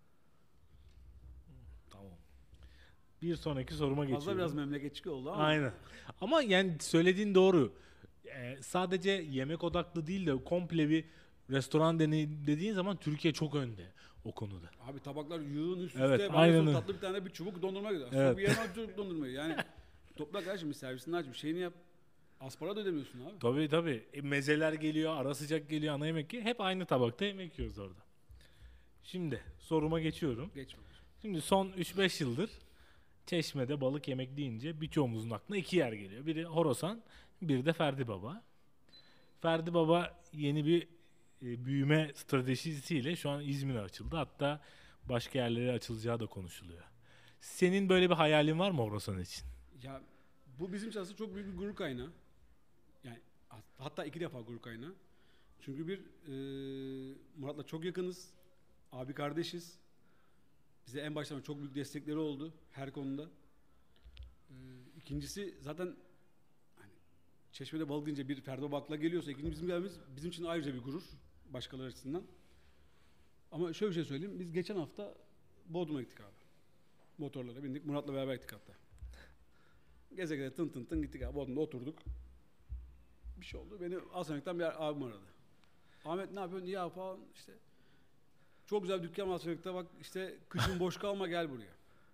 A: Tamam. Bir sonraki soruma geçiyorum.
B: Fazla biraz memleketçi oldu ama.
A: Aynen. Ama yani söylediğin doğru. Ee, sadece yemek odaklı değil de komple bir restoran deney dediğin zaman Türkiye çok önde o konuda.
B: Abi tabaklar yığın üst üste.
A: Evet,
B: Ben
A: aynen
B: son
A: öyle.
B: tatlı bir tane bir çubuk dondurma gidiyor.
A: Evet.
B: Evet. Bir yerine çubuk dondurmayı. Yani topla kardeşim bir servisini aç bir şeyini yap. Aspara da ödemiyorsun abi.
A: Tabii tabii. E, mezeler geliyor, ara sıcak geliyor, ana yemek geliyor. Hep aynı tabakta yemek yiyoruz orada. Şimdi soruma geçiyorum.
B: Geç bak.
A: Şimdi son üç beş yıldır Çeşme'de balık yemek deyince birçoğumuzun aklına iki yer geliyor. Biri Horasan, biri de Ferdi Baba. Ferdi Baba yeni bir e, büyüme stratejisiyle şu an İzmir'e açıldı. Hatta başka yerlere açılacağı da konuşuluyor. Senin böyle bir hayalin var mı Horasan için?
B: Ya bu bizim için aslında çok büyük bir gurur kaynağı. Yani hat- hatta iki defa gurur kaynağı. Çünkü bir e, Murat'la çok yakınız. Abi kardeşiz. Bize en baştan çok büyük destekleri oldu her konuda. E, ikincisi zaten hani Çeşme'de balık deyince bir Ferdi Bakla geliyorsa ikinci bizim gelmemiz bizim için ayrıca bir gurur başkaları açısından. Ama şöyle bir şey söyleyeyim. Biz geçen hafta Bodrum'a gittik abi. Motorlara bindik. Murat'la beraber gittik hatta. Geze geze tın tın tın gittik abi. Bodrum'da oturduk. Bir şey oldu. Beni Alsanik'ten bir abim aradı. Ahmet ne yapıyorsun? İyi abi falan işte. Çok güzel bir dükkan var Alsanik'te bak işte kışın boş kalma gel buraya.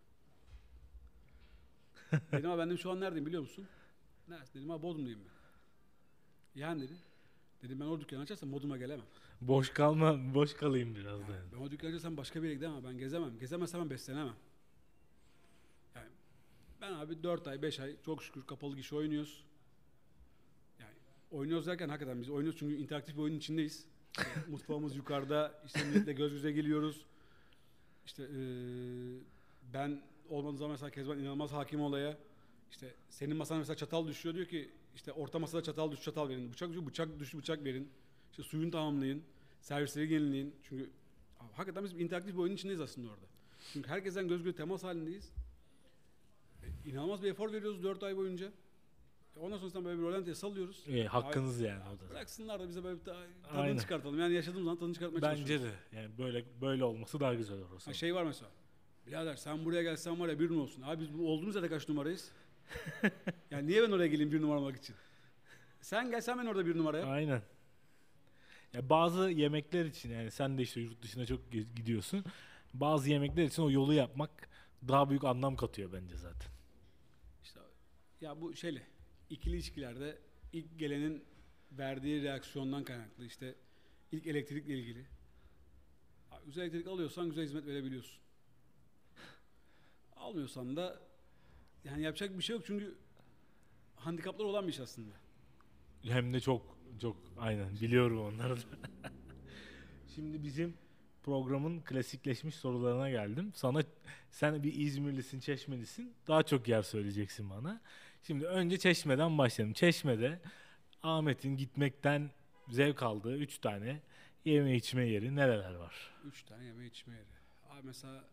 B: Dedim abi ben dedim şu an neredeyim biliyor musun? Neresi? Dedim abi Bodrum'dayım ben. Yani dedi. Dedim ben o dükkanı açarsam Bodrum'a gelemem.
A: Boş kalma, boş kalayım biraz da.
B: Ben o dükkanı açarsam başka bir yere gidemem. Ben gezemem. Gezemezsem ben beslenemem. Yani ben abi dört ay beş ay çok şükür kapalı gişe oynuyoruz. Yani oynuyoruz derken hakikaten biz oynuyoruz çünkü interaktif bir oyunun içindeyiz. İşte mutfağımız yukarıda. İşte milletle göz göze geliyoruz. İşte eee, ben olmadığı zaman mesela Kezban inanılmaz hakim olaya. İşte senin masana mesela çatal düşüyor diyor ki işte orta masada çatal düş çatal verin. Bıçak düşüyor bıçak düş bıçak verin. İşte suyunu tamamlayın. Servisleri yenileyin. Çünkü abi, hakikaten biz bir interaktif bir oyunun içindeyiz aslında orada. Çünkü herkesten göz göze temas halindeyiz. E, inanılmaz bir efor veriyoruz dört ay boyunca. E, ondan sonra böyle bir rolantiye sallıyoruz.
A: E, hakkınız
B: Abi,
A: yani o da.
B: bıraksınlar da bize böyle bir ta-
A: Aynen.
B: tadını çıkartalım. Yani yaşadığımız zaman tadını çıkartmaya
A: Bence
B: çalışıyoruz.
A: de. Yani böyle böyle olması daha güzel orası.
B: Ha, şey var mesela. Birader sen buraya gelsen var ya bir numara olsun. Abi biz bu olduğumuz yerde kaç numarayız? Yani niye ben oraya geleyim bir numara olmak için? Sen gelsen ben orada bir numaraya.
A: Aynen. Ya bazı yemekler için yani sen de işte yurt dışına çok ge- gidiyorsun. Bazı yemekler için o yolu yapmak daha büyük anlam katıyor bence zaten.
B: İşte ya bu şeyle ikili ilişkilerde ilk gelenin verdiği reaksiyondan kaynaklı işte ilk elektrikle ilgili. Abi, güzel elektrik alıyorsan güzel hizmet verebiliyorsun. Almıyorsan da yani yapacak bir şey yok çünkü handikaplar olan bir iş aslında.
A: Hem de çok çok aynen biliyorum onları da. Şimdi bizim programın klasikleşmiş sorularına geldim. Sana sen bir İzmirlisin, Çeşmelisin. Daha çok yer söyleyeceksin bana. Şimdi önce Çeşme'den başlayalım. Çeşme'de Ahmet'in gitmekten zevk aldığı üç tane yeme içme yeri nereler var?
B: Üç tane yeme içme yeri. Abi mesela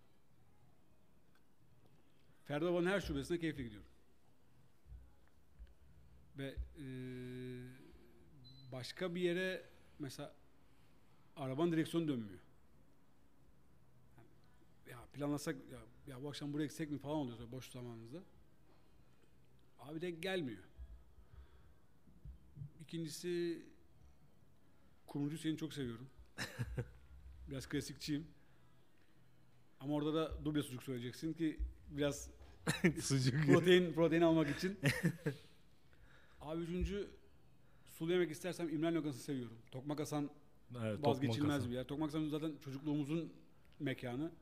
B: Ferdi Baba'nın her şubesine keyifli gidiyorum. Ve eee, başka bir yere mesela arabanın direksiyonu dönmüyor. Ya planlasak ya, ya bu akşam buraya gitsek mi falan oluyor sonra boş zamanımızda. Abi denk gelmiyor. İkincisi Kumrucu seni çok seviyorum. Biraz klasikçiyim. Ama orada da duble sucuk söyleyeceksin ki biraz
A: Sucuk.
B: protein protein almak için. Abi üçüncü sulu yemek istersem İmren Lokası'nı seviyorum. Tokmak Hasan
A: Evet,
B: vazgeçilmez
A: Tokmak
B: bir yer. Tokmak Hasan zaten çocukluğumuzun mekanı.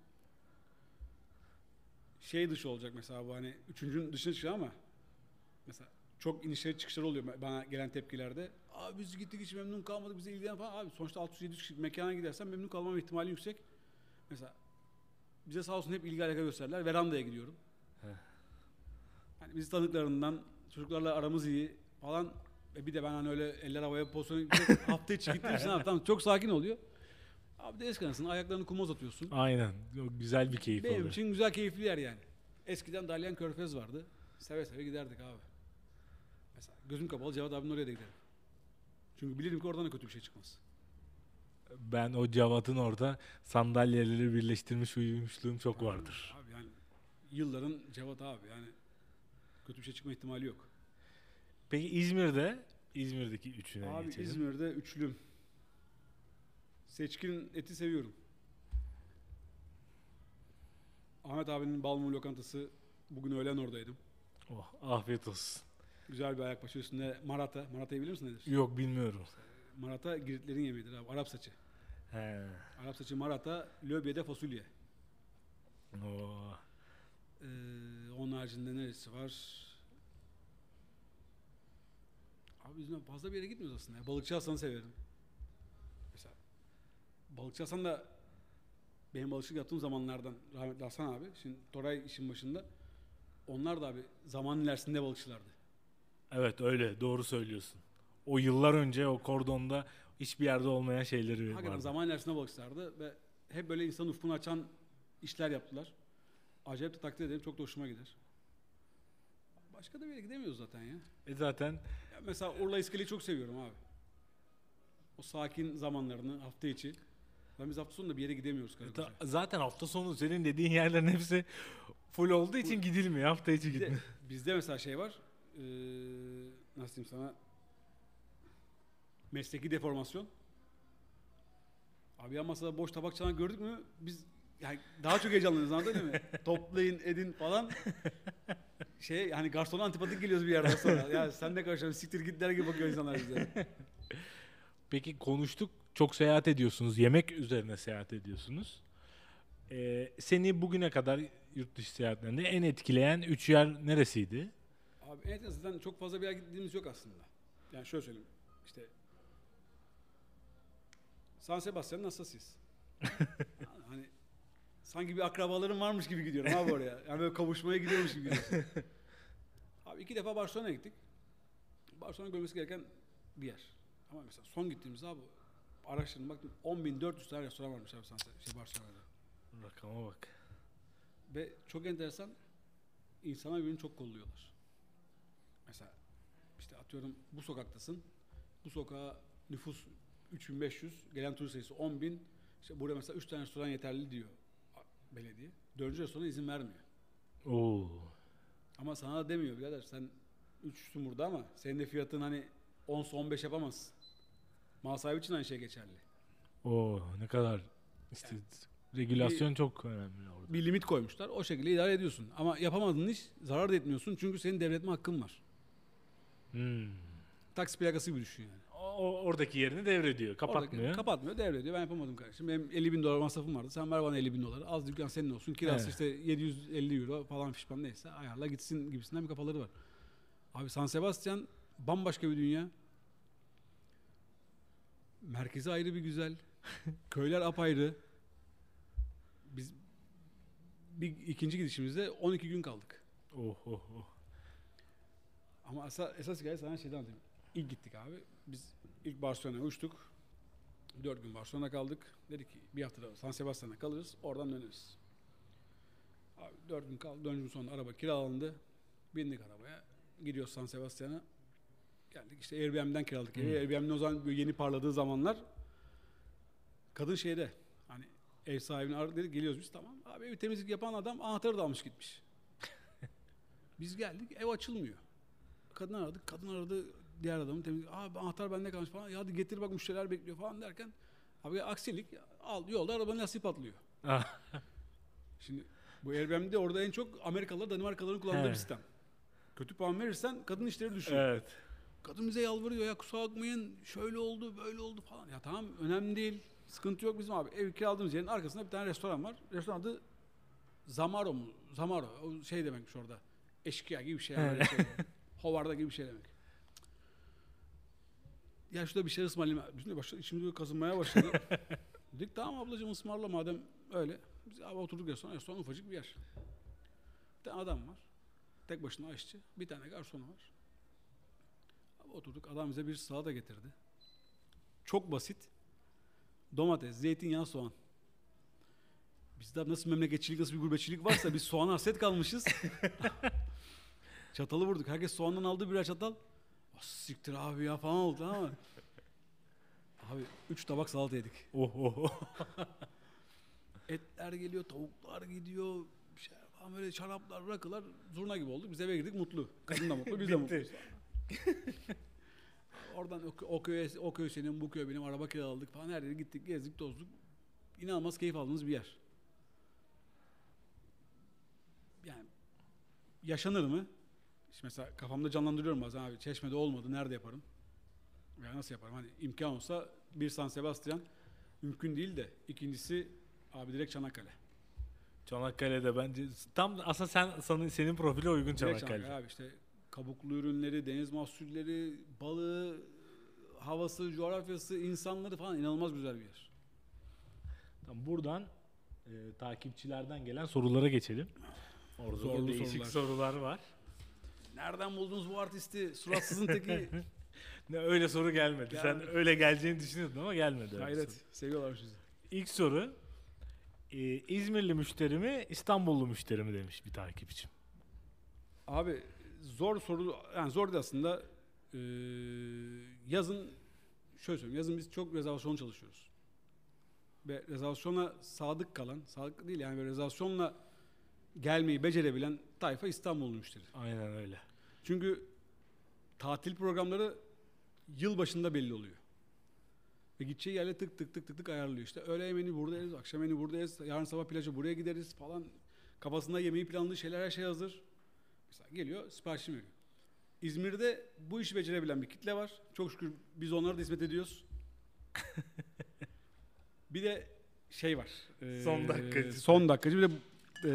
B: Şey dışı olacak mesela bu hani üçüncünün dışına çıkıyor ama mesela çok inişleri çıkışları oluyor bana gelen tepkilerde. Abi biz gittik hiç memnun kalmadık bize ilgilen falan. Abi sonuçta altı yüz yedi yüz kişilik mekana gidersen memnun kalmam ihtimali yüksek. Mesela bize sağ olsun hep ilgi alaka gösterirler. Veranda'ya gidiyorum.
A: Heh.
B: Hani biz tanıklarından çocuklarla aramız iyi falan. E bir de ben hani öyle eller havaya pozisyona hafta içi gittiğim için abi tamam çok sakin oluyor. Abi deniz kenarısın ayaklarını kuma uzatıyorsun.
A: Aynen. O güzel bir keyif
B: Benim
A: oluyor.
B: için güzel keyifli yer yani. Eskiden Dalyan Körfez vardı. Seve seve giderdik abi. Mesela gözüm kapalı Cevat abinin oraya da giderim. Çünkü bilirim ki oradan da kötü bir şey çıkmaz.
A: Ben o Cevat'ın orada sandalyeleri birleştirmiş uyumuşluğum çok vardır.
B: Abi yani yılların Cevat abi yani kötü bir şey çıkma ihtimali yok.
A: Peki İzmir'de, İzmir'deki üçüne
B: Abi
A: geçelim.
B: İzmir'de üçlüm. Seçkin eti seviyorum. Ahmet abinin Balmum lokantası bugün öğlen oradaydım.
A: Oh, afiyet olsun.
B: Güzel bir ayakbaşı üstünde marata. Maratayı bilir misin nedir?
A: Yok, bilmiyorum.
B: Marata Giritlerin yemeğidir abi. Arap saçı.
A: He.
B: Arap saçı marata, löbyede fasulye.
A: Oh.
B: Ee, onun haricinde neresi var? Abi yüzünden fazla bir yere gitmiyoruz aslında. Ya. Balıkçı Hasan'ı severim. Mesela Balıkçı Hasan da benim balıkçılık yaptığım zamanlardan rahmetli Hasan abi. Şimdi Toray işin başında. Onlar da abi zaman ilerisinde balıkçılardı.
A: Evet, öyle, doğru söylüyorsun. O yıllar önce o kordonda hiçbir yerde olmayan şeyleri
B: Hakikaten
A: vardı.
B: zaman ilerisinde balıkçılardı ve hep böyle insanın ufkunu açan işler yaptılar. Acayip de takdir ederim. Çok da hoşuma gider. Başka da bir yere gidemiyoruz zaten ya.
A: E zaten
B: Ya mesela Urla İskele'yi çok seviyorum abi. O sakin zamanlarını hafta içi. Ben biz hafta sonunda bir yere gidemiyoruz Karakoç'a.
A: ta- zaten hafta sonu senin dediğin yerlerin hepsi full olduğu için gidilmiyor. Hafta içi
B: Bir de
A: gitmiyor.
B: bizde mesela şey var. Ee, nasıl diyeyim sana? Mesleki deformasyon. Abi ya masada boş tabak çanağı gördük mü biz yani daha çok heyecanlanıyoruz anladın mı? Toplayın edin falan. Şey yani garsona antipatik geliyoruz bir yerden sonra. Ya sen ne karışıyorsun siktir git der gibi bakıyor insanlar bize.
A: Peki konuştuk. Çok seyahat ediyorsunuz. Yemek üzerine seyahat ediyorsunuz. Ee, seni bugüne kadar yurt dışı seyahatlerinde en etkileyen üç yer neresiydi?
B: Abi evet zaten çok fazla bir yer gittiğimiz yok aslında. Yani şöyle söyleyeyim. İşte San Sebastian'ın hastasıyız. Hani sanki bir akrabalarım varmış gibi gidiyorum abi oraya. Yani böyle kavuşmaya gidiyormuş gibi gidiyorsun. Abi iki defa Barcelona'ya gittik. Barcelona görmesi gereken bir yer. Ama mesela son gittiğimizde abi araştırdım baktım on bin dört yüz tane restoran varmış abi San Se- şey Barcelona'da.
A: Rakama bak.
B: Ve çok enteresan insana birbirini çok kolluyorlar. Mesela işte atıyorum bu sokaktasın. Bu sokağa nüfus üç bin beş yüz, gelen turist sayısı on bin. İşte burada mesela üç tane restoran yeterli diyor belediye. Dördüncü restorana izin vermiyor.
A: Oo.
B: Ama sana da demiyor birader sen üçsün burada ama senin de fiyatın hani on on beş yapamazsın. Mal sahibi için aynı şey geçerli.
A: Oo, ne kadar işte regülasyon çok önemli orada.
B: Bir limit koymuşlar. O şekilde idare ediyorsun. Ama yapamadığın iş zarar da etmiyorsun. Çünkü senin devretme hakkın var.
A: Hmm.
B: Taksi plakası gibi düşün yani.
A: O, oradaki yerini devrediyor. Kapatmıyor.
B: Oradaki- kapatmıyor, devrediyor. Ben yapamadım kardeşim. Benim elli bin dolar masrafım vardı. Sen ver bana elli bin dolar. Az dükkan senin olsun. Kirası
A: Evet.
B: işte yedi yüz elli euro falan fişman neyse. Ayarla gitsin gibisinden bir kafaları var. Abi San Sebastian bambaşka bir dünya. Merkezi ayrı bir güzel. Köyler apayrı. Biz bir ikinci gidişimizde on iki gün kaldık.
A: Oh oh oh.
B: Ama esas, esas hikaye sana şeyden anlatayım. İlk gittik abi. Biz ilk Barcelona'ya uçtuk. Dört gün Barcelona'da kaldık. Dedik ki bir hafta da San Sebastian'da kalırız. Oradan döneriz. Abi dört gün kaldı. Dördüncü gün sonra araba kiralandı. Bindik arabaya. Gidiyoruz San Sebastian'a. Geldik işte Airbnb'den kiraladık evi.
A: Hmm.
B: Airbnb'nin o zaman böyle yeni parladığı zamanlar kadın şeyde hani ev sahibini aradık dedik geliyoruz biz tamam. Abi evi temizlik yapan adam anahtarı da almış gitmiş. Biz geldik ev açılmıyor. Kadın aradık. Kadın aradı diğer adamın temizlik. Abi anahtar bende kalmış falan. Ya hadi getir bak müşteriler bekliyor falan derken abi aksilik al yolda arabanın lastiği patlıyor. Şimdi bu Airbnb'de orada en çok Amerikalılar Danimarkalıların kullandığı
A: He.
B: bir sistem. Kötü puan verirsen kadın işleri düşüyor.
A: Evet.
B: Kadın bize yalvarıyor ya kusura bakmayın şöyle oldu böyle oldu falan. Ya tamam önemli değil. Sıkıntı yok bizim abi. Ev kiraladığımız yerin arkasında bir tane restoran var. Restoran adı Zamaro mu? Zamaro. O şey demekmiş orada. Eşkıya gibi bir şey. Yani. şey. Hovarda gibi bir şey demek. Ya şurada bir şey ısmarlayayım. Bizim de başladı, içimiz böyle kazınmaya başladı. Dedik tamam ablacığım ısmarla madem öyle. Biz abi oturduk restorana. Restoran ufacık bir yer. Bir tane adam var. Tek başına aşçı. Bir tane garson var. Abi oturduk. Adam bize bir salata getirdi. Çok basit. Domates, zeytinyağı, soğan. Bizde nasıl memleketçilik, nasıl bir gurbetçilik varsa biz soğana hasret kalmışız. Çatalı vurduk. Herkes soğandan aldı birer çatal. Oh, siktir abi ya falan oldu ama. Abi üç tabak salata yedik.
A: Oh oh.
B: Etler geliyor, tavuklar gidiyor. Bir şey falan böyle şaraplar, rakılar zurna gibi oldu. Biz eve girdik mutlu. Kadın da mutlu, biz de mutluyuz. Oradan o, o köye, o köy senin, bu köy benim, araba kiraladık falan her yere gittik, gezdik, tozduk. İnanılmaz keyif aldığımız bir yer. Yani yaşanır mı? İşte mesela kafamda canlandırıyorum bazen abi Çeşme'de olmadı, nerede yaparım? Ya nasıl yaparım? Hani imkan olsa bir San Sebastian mümkün değil de ikincisi abi direkt Çanakkale.
A: Çanakkale'de bence tam aslında sen sana, senin profile uygun
B: Direkt
A: Çanakkale.
B: Çanakkale abi işte kabuklu ürünleri, deniz mahsulleri, balığı, havası, coğrafyası, insanları falan inanılmaz güzel bir yer.
A: Tamam, buradan e, takipçilerden gelen sorulara geçelim. Orada
B: Zorlu
A: da değişik
B: sorular.
A: sorular var.
B: Nereden buldunuz bu artisti? Suratsızın teki.
A: Ne öyle soru gelmedi.
B: Gelmedi.
A: Sen öyle geleceğini düşünüyordun ama gelmedi. öyle
B: Hayret.
A: soru.
B: Seviyorlar sizi.
A: İlk soru e, İzmirli müşteri mi İstanbullu müşteri mi demiş bir takipçim.
B: Abi zor soru, yani zor değil aslında. Ee, yazın, şöyle söyleyeyim, yazın biz çok rezervasyon çalışıyoruz. Ve rezervasyona sadık kalan, sadık değil yani böyle rezervasyonla gelmeyi becerebilen tayfa İstanbullu müşteri.
A: Aynen öyle.
B: Çünkü tatil programları yıl başında belli oluyor. Ve gideceği yerle tık tık tık tık tık ayarlıyor. İşte öğle yemeğini burada yeriz, akşam yemeğini burada yeriz, yarın sabah plaja buraya gideriz falan. Kafasında yemeği planladığı şeyler her şey hazır. Mesela geliyor siparişini veriyor. İzmir'de bu işi becerebilen bir kitle var. Çok şükür biz onlara da hizmet ediyoruz. Bir de şey var. e,
A: Son dakikacı.
B: Son dakikacı. Bir de e,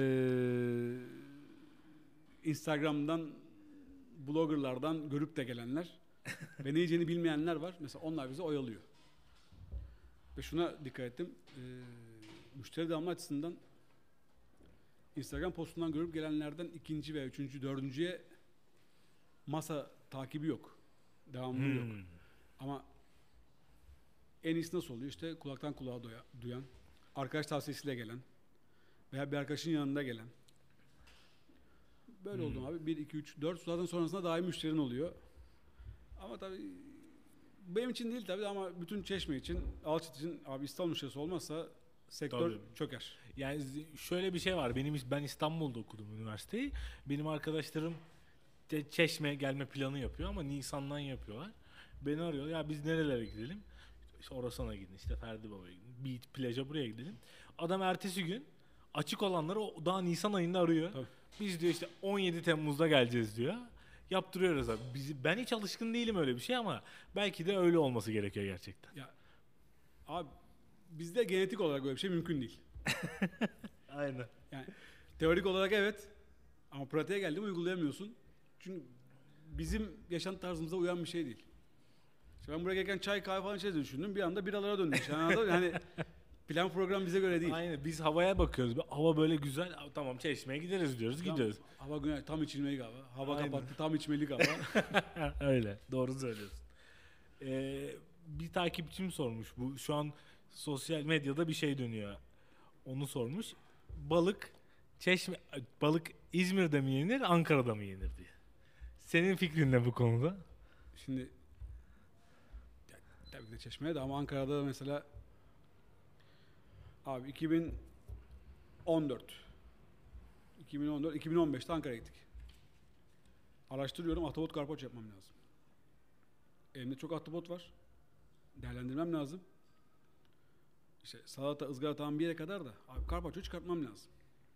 B: Instagram'dan bloggerlardan görüp de gelenler ve ne yiyeceğini bilmeyenler var. Mesela onlar bizi oyalıyor. Ve şuna dikkat ettim. E, müşteri devamlı açısından Instagram postundan görüp gelenlerden ikinci veya üçüncü, dördüncüye masa takibi yok. Devamlı
A: Hmm.
B: yok. Ama en iyisi nasıl oluyor? İşte kulaktan kulağa doya, duyan, arkadaş tavsiyesiyle gelen veya bir arkadaşın yanında gelen. Böyle
A: Hmm.
B: oldu abi. bir, iki, üç, dört. Zaten sonrasında daim müşterin oluyor. Ama tabii benim için değil tabii ama bütün Çeşme için, Alçıt için abi İstanbul müşterisi olmazsa sektör
A: Tabii.
B: çöker.
A: Yani z- şöyle bir şey var. Benim ben İstanbul'da okudum üniversiteyi. Benim arkadaşlarım de Çeşme gelme planı yapıyor ama Nisan'dan yapıyorlar. Beni arıyor. Ya biz nerelere gidelim? İşte Orasan'a gidin. İşte Ferdi Baba'ya gidin. Bir plaja buraya gidelim. Adam ertesi gün açık olanları o daha Nisan ayında arıyor.
B: Tabii.
A: Biz diyor işte on yedi Temmuz'da geleceğiz diyor. Yaptırıyoruz abi. Bizi, ben hiç alışkın değilim öyle bir şey ama belki de öyle olması gerekiyor gerçekten.
B: Ya abi bizde genetik olarak böyle bir şey mümkün değil.
A: Aynen.
B: Yani teorik olarak evet ama pratiğe geldi mi uygulayamıyorsun. Çünkü bizim yaşam tarzımıza uyan bir şey değil. İşte ben buraya gelirken çay kahve falan şey düşündüm. Bir anda biralara döndüm. Yani, yani plan program bize göre değil.
A: Aynen. Biz havaya bakıyoruz. Hava böyle güzel. Aa, tamam Çeşme'ye gideriz diyoruz.
B: Tam-
A: Gidiyoruz.
B: Hava güzel, tam içilmelik hava. Hava
A: Aynen.
B: kapattı, tam içmelik hava.
A: Öyle. Doğru söylüyorsun. Ee, bir takipçim sormuş. Bu şu an sosyal medyada bir şey dönüyor. Onu sormuş. Balık Çeşme balık İzmir'de mi yenir, Ankara'da mı yenir diye. Senin fikrin ne bu konuda?
B: Şimdi ya, tabii ki de Çeşme'ye de ama Ankara'da da mesela abi iki bin on dört iki bin on dört iki bin on beşte Ankara'ya gittik. Araştırıyorum, ahtapot karpaccio yapmam lazım. Elimde çok ahtapot var. Değerlendirmem lazım. İşte salata, ızgara tamam bir yere kadar da abi karpaccio çıkartmam lazım.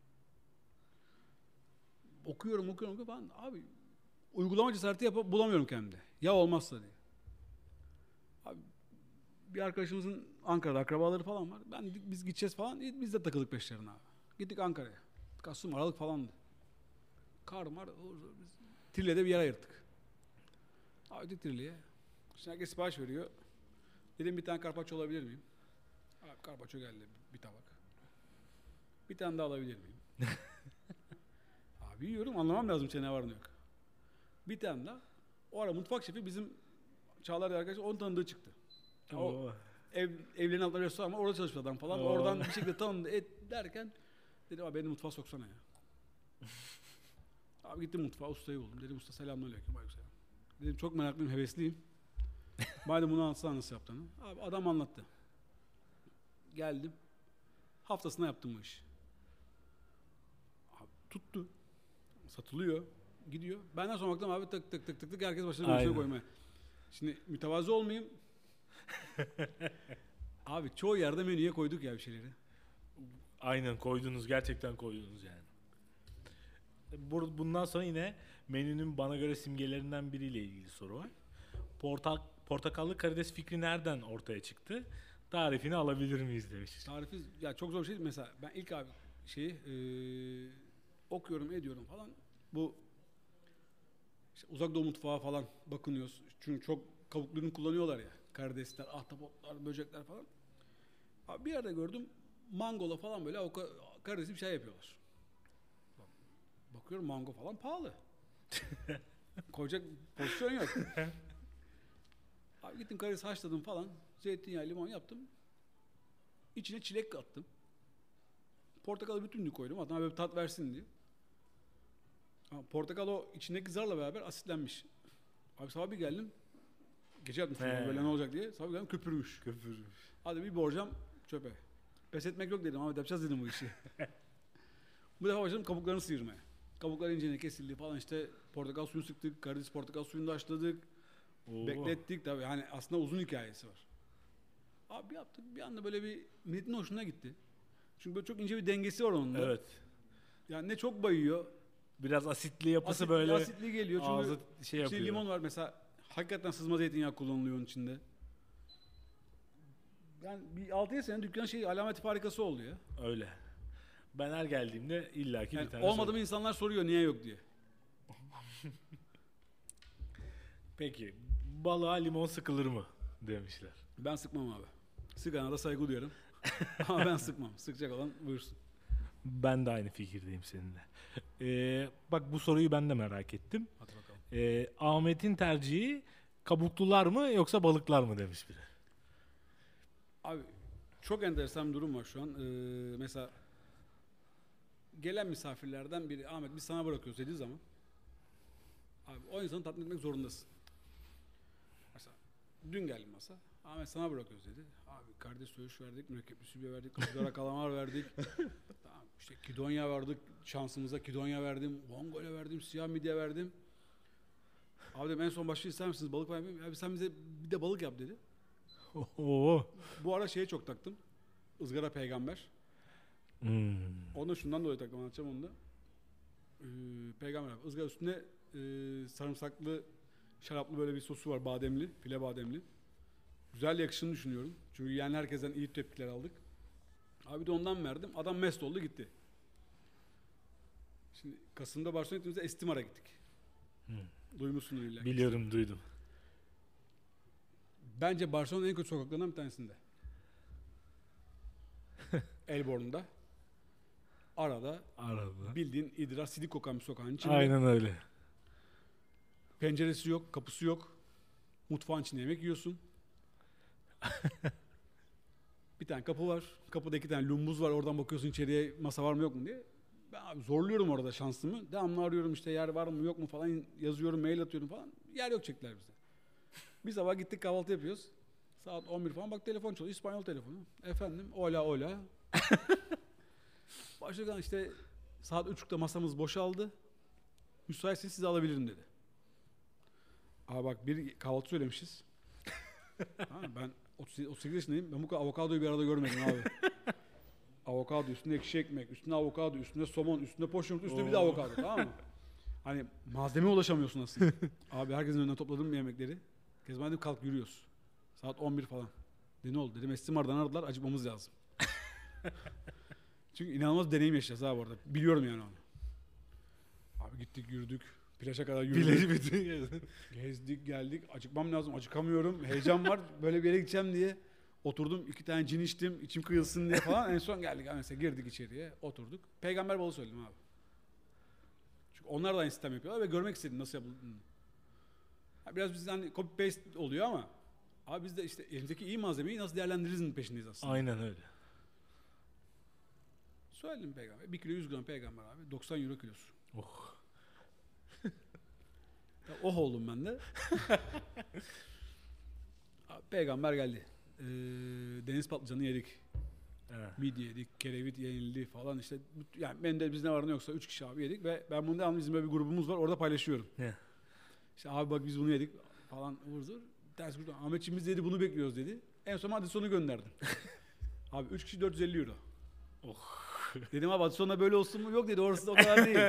B: Okuyorum, okuyorum, okuyorum falan. Abi uygulama cesareti yapıp bulamıyorum kendimde. Ya olmazsa diye. Abi bir arkadaşımızın Ankara'da akrabaları falan var. Ben dedik biz gideceğiz falan. İyi, biz de takıldık peşlerine abi. Gittik Ankara'ya. Kasım, Aralık falandı. Kar mar. Biz Trilya'da bir yer ayırttık. Abi gittik Trilya'ya. Şimdi herkes sipariş veriyor. Dedim bir tane karpaccio alabilir miyim? Abi karpaccio geldi bir tabak. Bir tane daha alabilir miyim? Abi yiyorum, anlamam lazım içinde ne var ne yok. Bir tane daha. O ara mutfak şefi bizim Çağlar diye arkadaş, onun tanıdığı çıktı. O
A: Oo.
B: ev, evlerin altında restoran var, orada çalışıyor adam falan.
A: Oo.
B: Oradan bir şekilde tanıdı et derken dedim abi beni mutfağa soksana ya. Abi gittim mutfağa, ustayı buldum. Dedim usta selamünaleyküm. Aleykümselam. Dedim çok meraklıyım, hevesliyim. Madem bunu anlatsana nasıl yaptığını. Abi adam anlattı. Geldim. Haftasına yaptım bu işi. Abi tuttu. Satılıyor. Gidiyor. Benden sonra baktım abi tık tık tık tık tık herkes başına
A: Aynen.
B: menüsüne koymaya. Şimdi mütevazı olmayayım. Abi çoğu yerde menüye koyduk ya bir şeyleri.
A: Aynen koydunuz, gerçekten koydunuz yani. Bur- Bundan sonra yine menünün bana göre simgelerinden biriyle ilgili soru var. Portak portakallı karides fikri nereden ortaya çıktı? Tarifini alabilir miyiz demiş.
B: Tarifi ya çok zor bir şey. Mesela ben ilk abi şeyi eee, okuyorum ediyorum falan. Bu işte uzak doğu mutfağı falan bakınıyoruz. Çünkü çok kabuklu ürün kullanıyorlar ya. Karidesler, ahtapotlar, böcekler falan. Abi bir yerde gördüm mangola falan böyle o ka- karidesi bir şey yapıyorlar. Bak- Bakıyorum mango falan pahalı. Koyacak pozisyon yok. Abi gittim karidesi haşladım falan. Zeytinyağı, limon yaptım. İçine çilek kattım. Portakalı bütünlüğü koydum. Adına böyle bir tat versin diye. Ama portakal o içindeki zarla beraber asitlenmiş. Abi sabah bir geldim. Gece yatmışım
A: He.
B: böyle ne olacak diye. Sabah geldim köpürmüş.
A: Köpürmüş.
B: Hadi bir borcam çöpe. Pes etmek yok dedim. Abi yapacağız dedim bu işi. Bu defa başladım kabuklarını sıyırmaya. Kabuklar ince kesildi falan işte. Portakal suyu sıktık. Karides portakal suyunu da haşladık.
A: Oo.
B: Beklettik tabii. Yani aslında uzun hikayesi var. Abi yaptık. Bir anda böyle bir milletin hoşuna gitti. Çünkü böyle çok ince bir dengesi var onun da.
A: Evet.
B: Yani ne çok bayıyor.
A: Biraz asitli yapısı
B: Asit-
A: böyle
B: asitli geliyor. Çünkü
A: ağzı şey yapıyor.
B: şey limon var mesela. Hakikaten sızma zeytinyağı kullanılıyor onun içinde. Yani bir altı yedi sene dükkan şey alameti farikası oldu ya.
A: Öyle. Ben her geldiğimde illaki
B: Yani
A: bir tane
B: olmadı
A: sor-
B: mı insanlar soruyor niye yok diye.
A: Peki balığa limon sıkılır mı demişler.
B: Ben sıkmam abi. Sıkana da saygı duyarım. Ama ben sıkmam. Sıkacak olan buyursun.
A: Ben de aynı fikirdeyim seninle. Ee, bak bu soruyu ben de merak ettim.
B: Hadi bakalım.
A: Ee, Ahmet'in tercihi kabuklular mı yoksa balıklar mı demiş biri.
B: Abi çok enteresan bir durum var şu an. Ee, mesela gelen misafirlerden biri Ahmet biz sana bırakıyoruz dediği zaman abi o insanı tatmin etmek zorundasın. Mesela dün geldim masa Ahmet sana bırakıyoruz dedi. Abi kardeş söğüş verdik, mürekkepli sübye verdik, ızgara kalamar verdik. Tamam işte kidonya verdik, şansımıza kidonya verdim, vongole verdim, siyah midye verdim. Abi dedim en son başka ister misiniz balık var mı? Abi sen bize bir de balık yap dedi.
A: Oo.
B: Bu ara şeye çok taktım. Izgara peygamber.
A: Hmm.
B: Onu da şundan dolayı taktım anlatacağım onu da. Ee, peygamber abi. Izgara üstünde e, sarımsaklı şaraplı böyle bir sosu var bademli. File bademli. Güzel yakışını düşünüyorum. Çünkü yani herkesten iyi tepkiler aldık. Abi de ondan verdim. Adam mest oldu gitti. Şimdi Kasım'da Barcelona'ya gittiğimizde Estimar'a gittik.
A: Hmm.
B: Duymuşsundur illa. ki.
A: Biliyorum, duydum.
B: Bence Barcelona'nın en kötü sokaklarından bir tanesinde. Elborn'da. Arada
A: Arada.
B: bildiğin idrar sidik kokan bir sokağın içinde.
A: Aynen öyle.
B: Penceresi yok, kapısı yok. Mutfağın içinde yemek yiyorsun. Bir tane kapı var. Kapıda iki tane lumbuz var. Oradan bakıyorsun içeriye masa var mı yok mu diye. Ben abi zorluyorum orada şansımı. Devamlı arıyorum işte yer var mı yok mu falan yazıyorum, mail atıyorum falan. Yer yok çektiler bize. Bir sabah gittik kahvaltı yapıyoruz. Saat on bir falan bak telefon çalıyor. İspanyol telefonu. Efendim ola ola. Başladan işte saat üç buçukta masamız boşaldı. Müsaitseniz sizi alabilirim dedi. Abi bak bir kahvaltı söylemişiz. Ha, ben otuz sekiz yaşındayım. Ben bu kadar avokadoyu bir arada görmedim abi. Avokado, üstüne ekşi ekmek, üstüne avokado, üstüne somon, üstüne poşet, üstüne bir de avokado, tamam mı? Hani malzemeye ulaşamıyorsun aslında. Abi herkesin önüne topladım yemekleri. Kezban dedim kalk yürüyoruz. Saat on bir falan. Dedi ne oldu? Dedim Estimar'dan aradılar, acıkmamız lazım. Çünkü inanılmaz deneyim yaşayacağız abi orada. Biliyorum yani onu. Abi gittik yürüdük. Plaja kadar yürüdük.
A: Plajı bütün gezdin.
B: Gezdik geldik. Acıkmam lazım. Acıkamıyorum. Heyecan var. Böyle bir yere gideceğim diye. Oturdum. iki tane cin içtim. İçim kıyılsın diye falan. En son geldik. Mesela girdik içeriye. Oturduk. Peygamber balı söyledim abi. Çünkü onlar da aynı sistem yapıyorlar ve görmek istedim nasıl yapıldığını. Biraz bizden copy paste oluyor ama abi biz de işte elimizdeki iyi malzemeyi nasıl değerlendiririzin peşindeyiz aslında.
A: Aynen öyle.
B: Söyledim peygamber. bir kilo yüz gram peygamber abi. doksan euro kilosu.
A: Oh.
B: Ya, oh oldum ben de. Abi, peygamber geldi. Ee, deniz patlıcanı yedik.
A: Evet.
B: Midye yedik, kerevit yenildi falan işte. Yani benim de biz ne var ne yoksa üç kişi abi yedik ve ben bunu devamlı bizim böyle bir grubumuz var orada paylaşıyorum.
A: Yeah.
B: İşte abi bak biz bunu yedik falan ıvır zıvır. Ters grup Ahmetciğim biz dedi bunu bekliyoruz dedi. En son Adison'u gönderdim. Abi üç kişi dört yüz elli euro.
A: Oh.
B: Dedim abi Adison'da böyle olsun mu? Yok dedi orası da o kadar değil.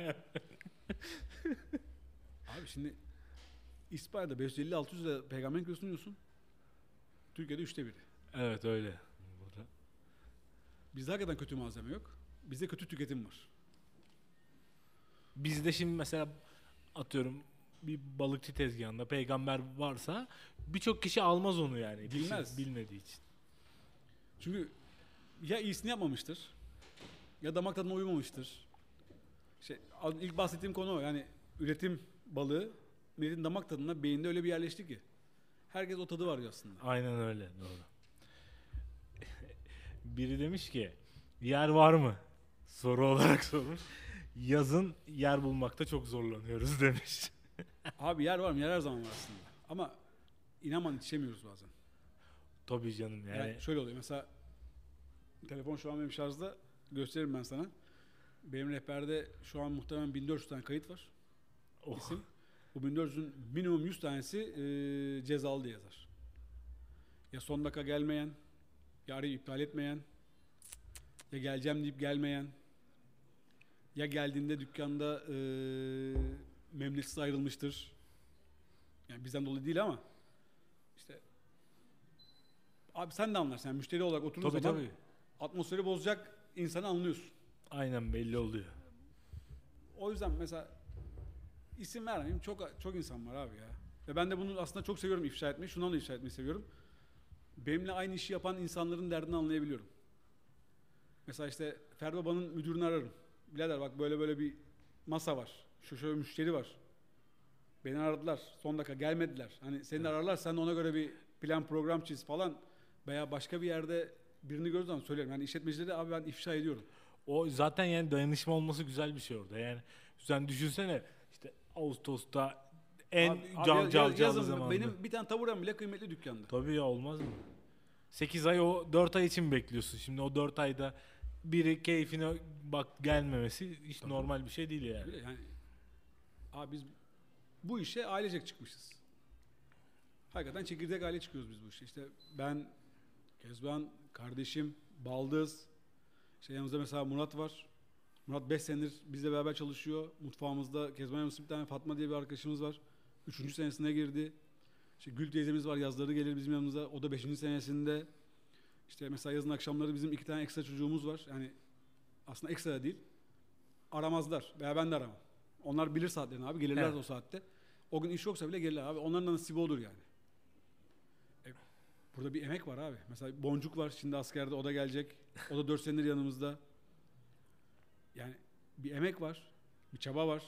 B: Abi şimdi İspanya'da beş yüz elli altı yüz lira peygamber kilosunu yiyorsun. Türkiye'de üçte biri.
A: Evet öyle. Burada.
B: Bizde hakikaten kötü malzeme yok. Bizde kötü tüketim var.
A: Bizde şimdi mesela atıyorum bir balıkçı tezgahında peygamber varsa birçok kişi almaz onu yani.
B: Bilmez.
A: Bilmediği için.
B: Çünkü ya iyisini yapmamıştır ya damak tadına uymamıştır. İşte ilk bahsettiğim konu o. Yani üretim balığı milletin damak tadına beyinde öyle bir yerleşti ki. Herkes o tadı var aslında.
A: Aynen öyle. Doğru. Biri demiş ki yer var mı? Soru olarak sormuş. Yazın yer bulmakta çok zorlanıyoruz demiş.
B: Abi yer var mı? Yer her zaman var aslında. Ama inanman yetişemiyoruz bazen.
A: Tabii canım yani.
B: Yani şöyle oluyor mesela telefon şu an benim şarjda gösteririm ben sana. Benim rehberde şu an muhtemelen bin dört yüz tane kayıt var.
A: Oh.
B: İsim. Bu bin dört yüzün minimum yüz tanesi e, cezalı diye yazar. Ya son dakika gelmeyen, ya arayı iptal etmeyen, ya geleceğim deyip gelmeyen, ya geldiğinde dükkanda e, memnuniyetsiz ayrılmıştır. Yani bizden dolayı değil ama işte abi sen de anlarsın. Yani müşteri olarak oturduğun
A: Tabii
B: zaman
A: tabii.
B: atmosferi bozacak insanı anlıyorsun.
A: Aynen belli oluyor.
B: O yüzden mesela isim vermeyeyim çok çok insan var abi ya. Ve ben de bunu aslında çok seviyorum ifşa etmeyi. Şundan da ifşa etmeyi seviyorum. Benimle aynı işi yapan insanların derdini anlayabiliyorum. Mesela işte Ferdi Baba'nın müdürünü ararım. Birader bak böyle böyle bir masa var. Şu şöyle müşteri var. Beni aradılar. Son dakika gelmediler. Hani seni de ararlar sen de ona göre bir plan program çiz falan. Veya başka bir yerde birini gördüğüm zaman söylerim. Yani işletmecileri abi ben ifşa ediyorum.
A: O zaten yani dayanışma olması güzel bir şey orada. Yani sen düşünsene işte Ağustos'ta en
B: Abi- abi
A: cal
B: yaz-
A: cal callı
B: yazın
A: zamanında.
B: benim bir tane taburem bile kıymetli dükkanda.
A: Tabii ya olmaz mı? sekiz ay o dört ay için bekliyorsun. Şimdi o dört ayda biri keyfine bak gelmemesi hiç
B: Tabii.
A: normal bir şey değil yani.
B: Öyle yani abi biz bu işe ailecek çıkmışız. Hakikaten çekirdek aile çıkıyoruz biz bu işe. İşte ben, Kezban, kardeşim, Baldız. İşte yanımızda mesela Murat var. Murat beş senedir bizle beraber çalışıyor. Mutfağımızda Kezban yanımızda bir tane Fatma diye bir arkadaşımız var. üçüncü senesine girdi. İşte Gül teyzemiz var. Yazları gelir bizim yanımıza. O da beşinci senesinde. İşte mesela yazın akşamları bizim iki tane ekstra çocuğumuz var. Yani aslında ekstra değil. Aramazlar. Veya ben de aramam. Onlar bilir saatlerini abi. Gelirler
A: Evet.
B: o saatte. O gün iş yoksa bile gelirler abi. Onların da nasibi olur yani. E, burada bir emek var abi. Mesela Boncuk var şimdi askerde. O da gelecek. O da dört senedir yanımızda. Yani bir emek var. Bir çaba var.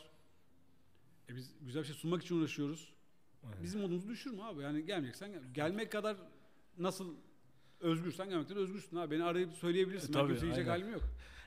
B: E biz güzel bir şey sunmak için uğraşıyoruz.
A: Aynen.
B: Bizim modumuzu düşürme abi. Yani gelmeyeceksen gel. Gelmek kadar nasıl özgürsen yemekte de özgürsün abi. Beni arayıp söyleyebilirsin.
A: E,
B: ben
A: tabii,
B: kimse yiyecek
A: aynen.
B: halim yok.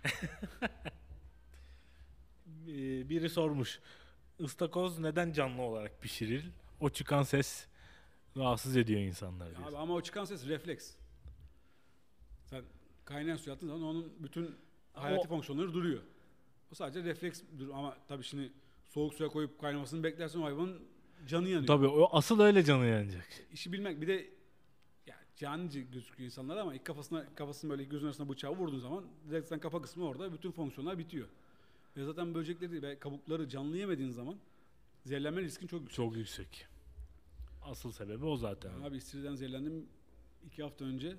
A: Ee, biri sormuş. Istakoz neden canlı olarak pişirilir? O çıkan ses rahatsız ediyor insanları
B: Ya
A: diyor.
B: abi ama o çıkan ses refleks. Sen kaynayan suya attığın zaman onun bütün hayati
A: O-
B: fonksiyonları duruyor. O sadece refleks dur ama tabii şimdi soğuk suya koyup kaynamasını beklersen o hayvanın canı yanıyor.
A: Tabii o asıl öyle canı yanacak.
B: İşi bilmek bir de ya cancı gözüküyor insanlar ama ilk kafasına kafasını böyle gözün arasına bıçağı vurduğun zaman direkt sen kafa kısmı orada bütün fonksiyonlar bitiyor. Ve zaten böcekleri ve kabukları canlı yemediğin zaman zehirlenme riskin çok yüksek.
A: Çok yüksek. Asıl sebebi o zaten.
B: Ben abi istiridyen zehirlendim iki hafta önce.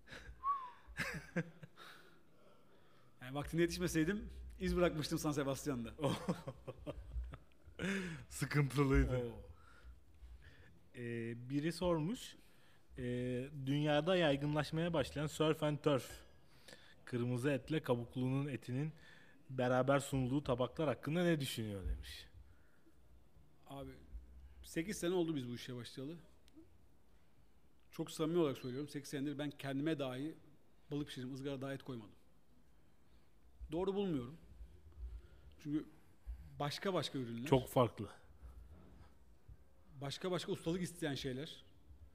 B: Yani vaktinde yetişmeseydim iz bırakmıştım San Sebastian'da.
A: Sıkıntılıydı.
B: Oo.
A: Ee, biri sormuş. Ee, dünyada yaygınlaşmaya başlayan surf and turf. Kırmızı etle kabuklunun etinin beraber sunulduğu tabaklar hakkında ne düşünüyor demiş.
B: Abi sekiz sene oldu biz bu işe başlayalı. Çok samimi olarak söylüyorum. sekiz senedir ben kendime dahi balık pişirdim, ızgara dahi et koymadım. Doğru bulmuyorum. Çünkü başka başka ürünler,
A: Çok farklı.
B: başka başka ustalık isteyen şeyler.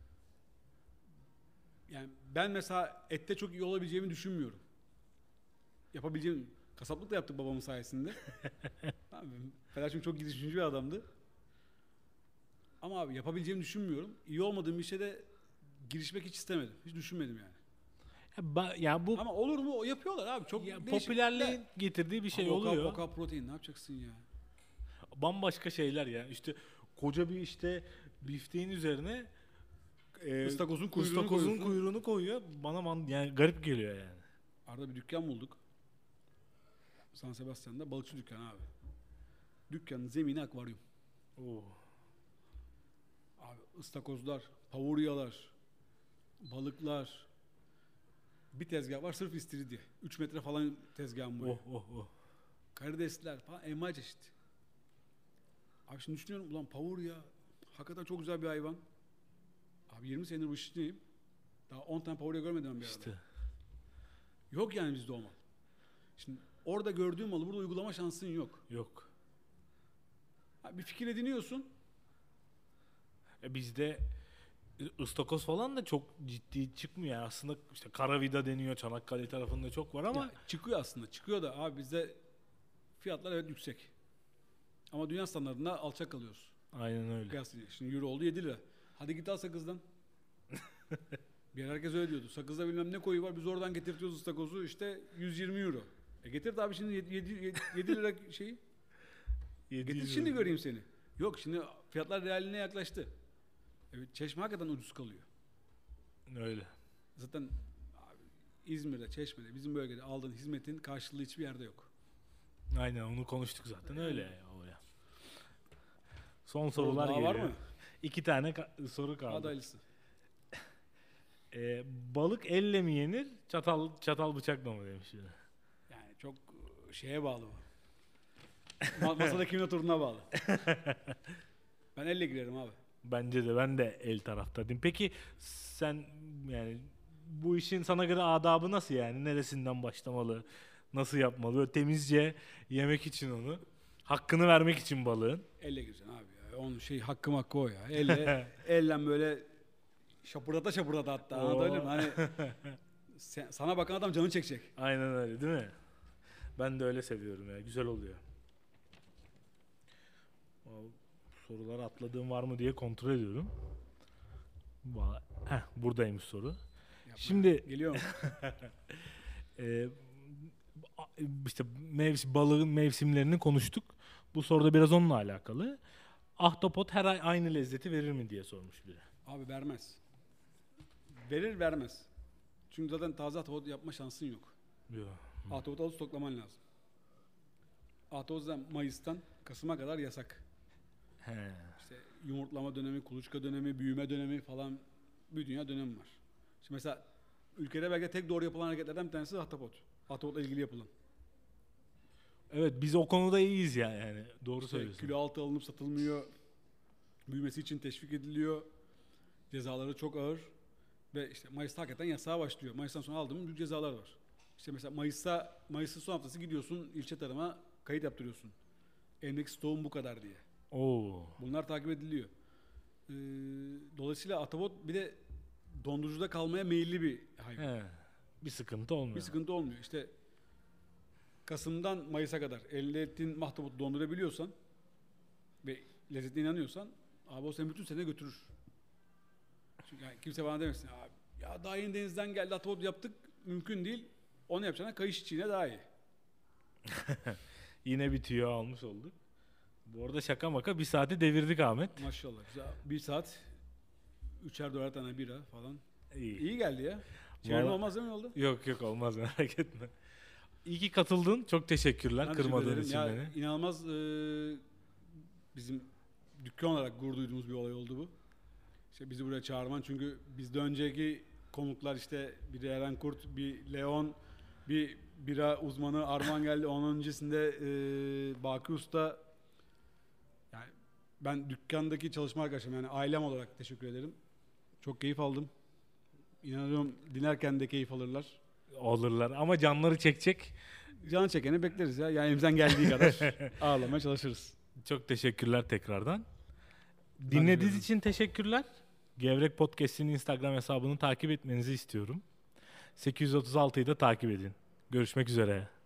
B: Yani ben mesela ette çok iyi olabileceğimi düşünmüyorum. Yapabileceğim, kasaplık da yaptık babamın sayesinde. Tamam, Feder çünkü çok girişimci bir adamdı. Ama abi yapabileceğimi düşünmüyorum. İyi olmadığım bir şeyde girişmek hiç istemedim. Hiç düşünmedim yani.
A: Ya, ba- ya bu
B: Ama olur mu? O yapıyorlar abi. Çok
A: ya
B: değişik.
A: popülerliğin
B: De-
A: getirdiği bir şey
B: Abi o kadar-
A: oluyor.
B: O kadar protein ne yapacaksın ya?
A: Bambaşka şeyler ya. İşte koca bir işte bifteğin üzerine e,
B: Istakozun kuyruğunu
A: ıstakozun
B: koyuyorsun.
A: kuyruğunu koyuyor. Bana man, yani garip geliyor yani.
B: Arada bir dükkan bulduk. San Sebastian'da balıkçı dükkanı abi. Dükkanın zemini akvaryum.
A: Oo.
B: Abi ıstakozlar, pavuryalar, balıklar. Bir tezgah var sırf istiridye. üç metre falan tezgahın boyu.
A: Oh oh oh.
B: Karidesler falan envai çeşit. Abi şimdi düşünüyorum ulan pavurya hakikaten çok güzel bir hayvan. Abi yirmi senedir bu işteyim. Daha on tane pavurya görmedim ben bir arada.
A: İşte.
B: Yok yani bizde o mal. Şimdi orada gördüğün malı burada uygulama şansın yok.
A: Yok.
B: Ha, bir fikir ediniyorsun.
A: E bizde ıstakoz falan da çok ciddi çıkmıyor. Yani aslında işte karavida deniyor. Çanakkale tarafında çok var ama
B: Ya, çıkıyor aslında. Çıkıyor da abi bizde fiyatlar evet yüksek. Ama dünya standartında alçak kalıyoruz.
A: aynen öyle.
B: Kıyaslayınca. Şimdi euro oldu yedi lira. Hadi git al sakızdan. Bir yer herkes öyle diyordu. Sakızda bilmem ne koyu var. Biz oradan getirtiyoruz ıstakozu işte yüz yirmi euro. E getir de abi şimdi yedi lira şeyi.
A: yedi
B: Getir
A: yüz
B: şimdi
A: euro.
B: göreyim seni. Yok şimdi fiyatlar realine yaklaştı. Evet Çeşme hakikaten ucuz kalıyor.
A: Öyle.
B: Zaten abi, İzmir'de, Çeşme'de, bizim bölgede aldığın hizmetin karşılığı hiçbir yerde yok.
A: Aynen onu konuştuk zaten öyle ya. Öyle. Son sorular
B: Daha
A: geliyor.
B: var mı?
A: İki tane ka- soru
B: Hadi
A: kaldı.
B: hayırlısı.
A: Ee, balık elle mi yenir? Çatal çatal bıçakla mı demiş biri.
B: Yani çok e, şeye bağlı bu. Ma- Masada kimin oturduğuna bağlı. Ben elle girerim abi.
A: Bence de ben de el taraftaydım. Peki sen yani bu işin sana göre adabı nasıl yani? Neresinden başlamalı? Nasıl yapmalı? Böyle temizce yemek için onu. Hakkını vermek için balığın.
B: Elle gireceksin abi ya. Onun şey hakkım hakkı o ya. Elle, elle böyle şapırdata şapırdata hatta.
A: Oo.
B: Anladın mı? Hani sen- sana bakan adam canını çekecek.
A: Aynen öyle değil mi? Ben de öyle seviyorum ya. Güzel oluyor. O soruları atladığım var mı diye kontrol ediyorum. Vallahi- Heh, buradaymış soru.
B: Yapma.
A: Şimdi
B: Geliyor mu?
A: e, işte mevs balığın mevsimlerini konuştuk. Bu soruda biraz onunla alakalı. Ahtapot her ay aynı lezzeti verir mi diye sormuş biri.
B: Abi vermez. Verir vermez. Çünkü zaten taze ahtapot yapma şansın yok.
A: Yok.
B: Ahtapotu alıp stoklaman lazım. Ahtapot zaten Mayıs'tan Kasım'a kadar yasak.
A: He.
B: İşte yumurtlama dönemi, kuluçka dönemi, büyüme dönemi falan bir dünya dönem var. Şimdi mesela ülkede belki de tek doğru yapılan hareketlerden bir tanesi ahtapot. Ahtapotla ilgili yapılan.
A: Evet biz o konuda iyiyiz ya yani. Doğru
B: İşte
A: söylüyorsun.
B: kilo altı alınıp satılmıyor. Büyümesi için teşvik ediliyor. Cezaları çok ağır. Ve işte Mayıs'ta hakikaten yasağa başlıyor. Mayıs'tan sonra aldığım büyük cezalar var. İşte mesela Mayıs'ta, Mayıs'ın son haftası gidiyorsun ilçe tarıma kayıt yaptırıyorsun. Elimdeki stoğum bu kadar diye.
A: Oo.
B: Bunlar takip ediliyor. Ee, dolayısıyla ahtapot bir de dondurucuda kalmaya meyilli bir hayvan.
A: He. Bir sıkıntı olmuyor.
B: Bir sıkıntı olmuyor. İşte Kasım'dan Mayıs'a kadar elde ettiğin ahtapotu dondurabiliyorsan ve lezzetine inanıyorsan abi o seni bütün sene götürür. Çünkü yani kimse bana demesin abi ya daha yeni denizden geldi ahtapot yaptık mümkün değil. Onu yapacağına kayış içine daha iyi.
A: Yine bir tüyo almış olduk. Bu arada şaka maka bir saati devirdik Ahmet.
B: Maşallah. Güzel. Bir saat üçer dörer tane bira falan.
A: İyi.
B: İyi geldi ya. Çevirme
A: Vallahi-
B: olmaz değil mi oldu?
A: Yok yok olmaz merak etme. İyi ki katıldın. Çok teşekkürler
B: Ben teşekkür
A: kırmadığın
B: ederim.
A: için
B: Ya,
A: beni.
B: inanılmaz e, bizim dükkan olarak gurur duyduğumuz bir olay oldu bu. İşte bizi buraya çağırman çünkü bizde önceki konuklar işte bir Eren Kurt, bir Leon, bir bira uzmanı Arman geldi. Onun öncesinde e, Bakır Usta. Yani ben dükkandaki çalışma arkadaşım yani ailem olarak teşekkür ederim. Çok keyif aldım. İnanıyorum dinlerken de keyif alırlar.
A: Olurlar ama canları çekecek.
B: Canı çekeni bekleriz ya. Yani elimizden geldiği kadar ağırlamaya çalışırız.
A: Çok teşekkürler tekrardan.
B: Ben
A: Dinlediğiniz
B: teşekkür
A: için teşekkürler. Gevrek Podcast'in Instagram hesabını takip etmenizi istiyorum. sekiz yüz otuz altıyı da takip edin. Görüşmek üzere.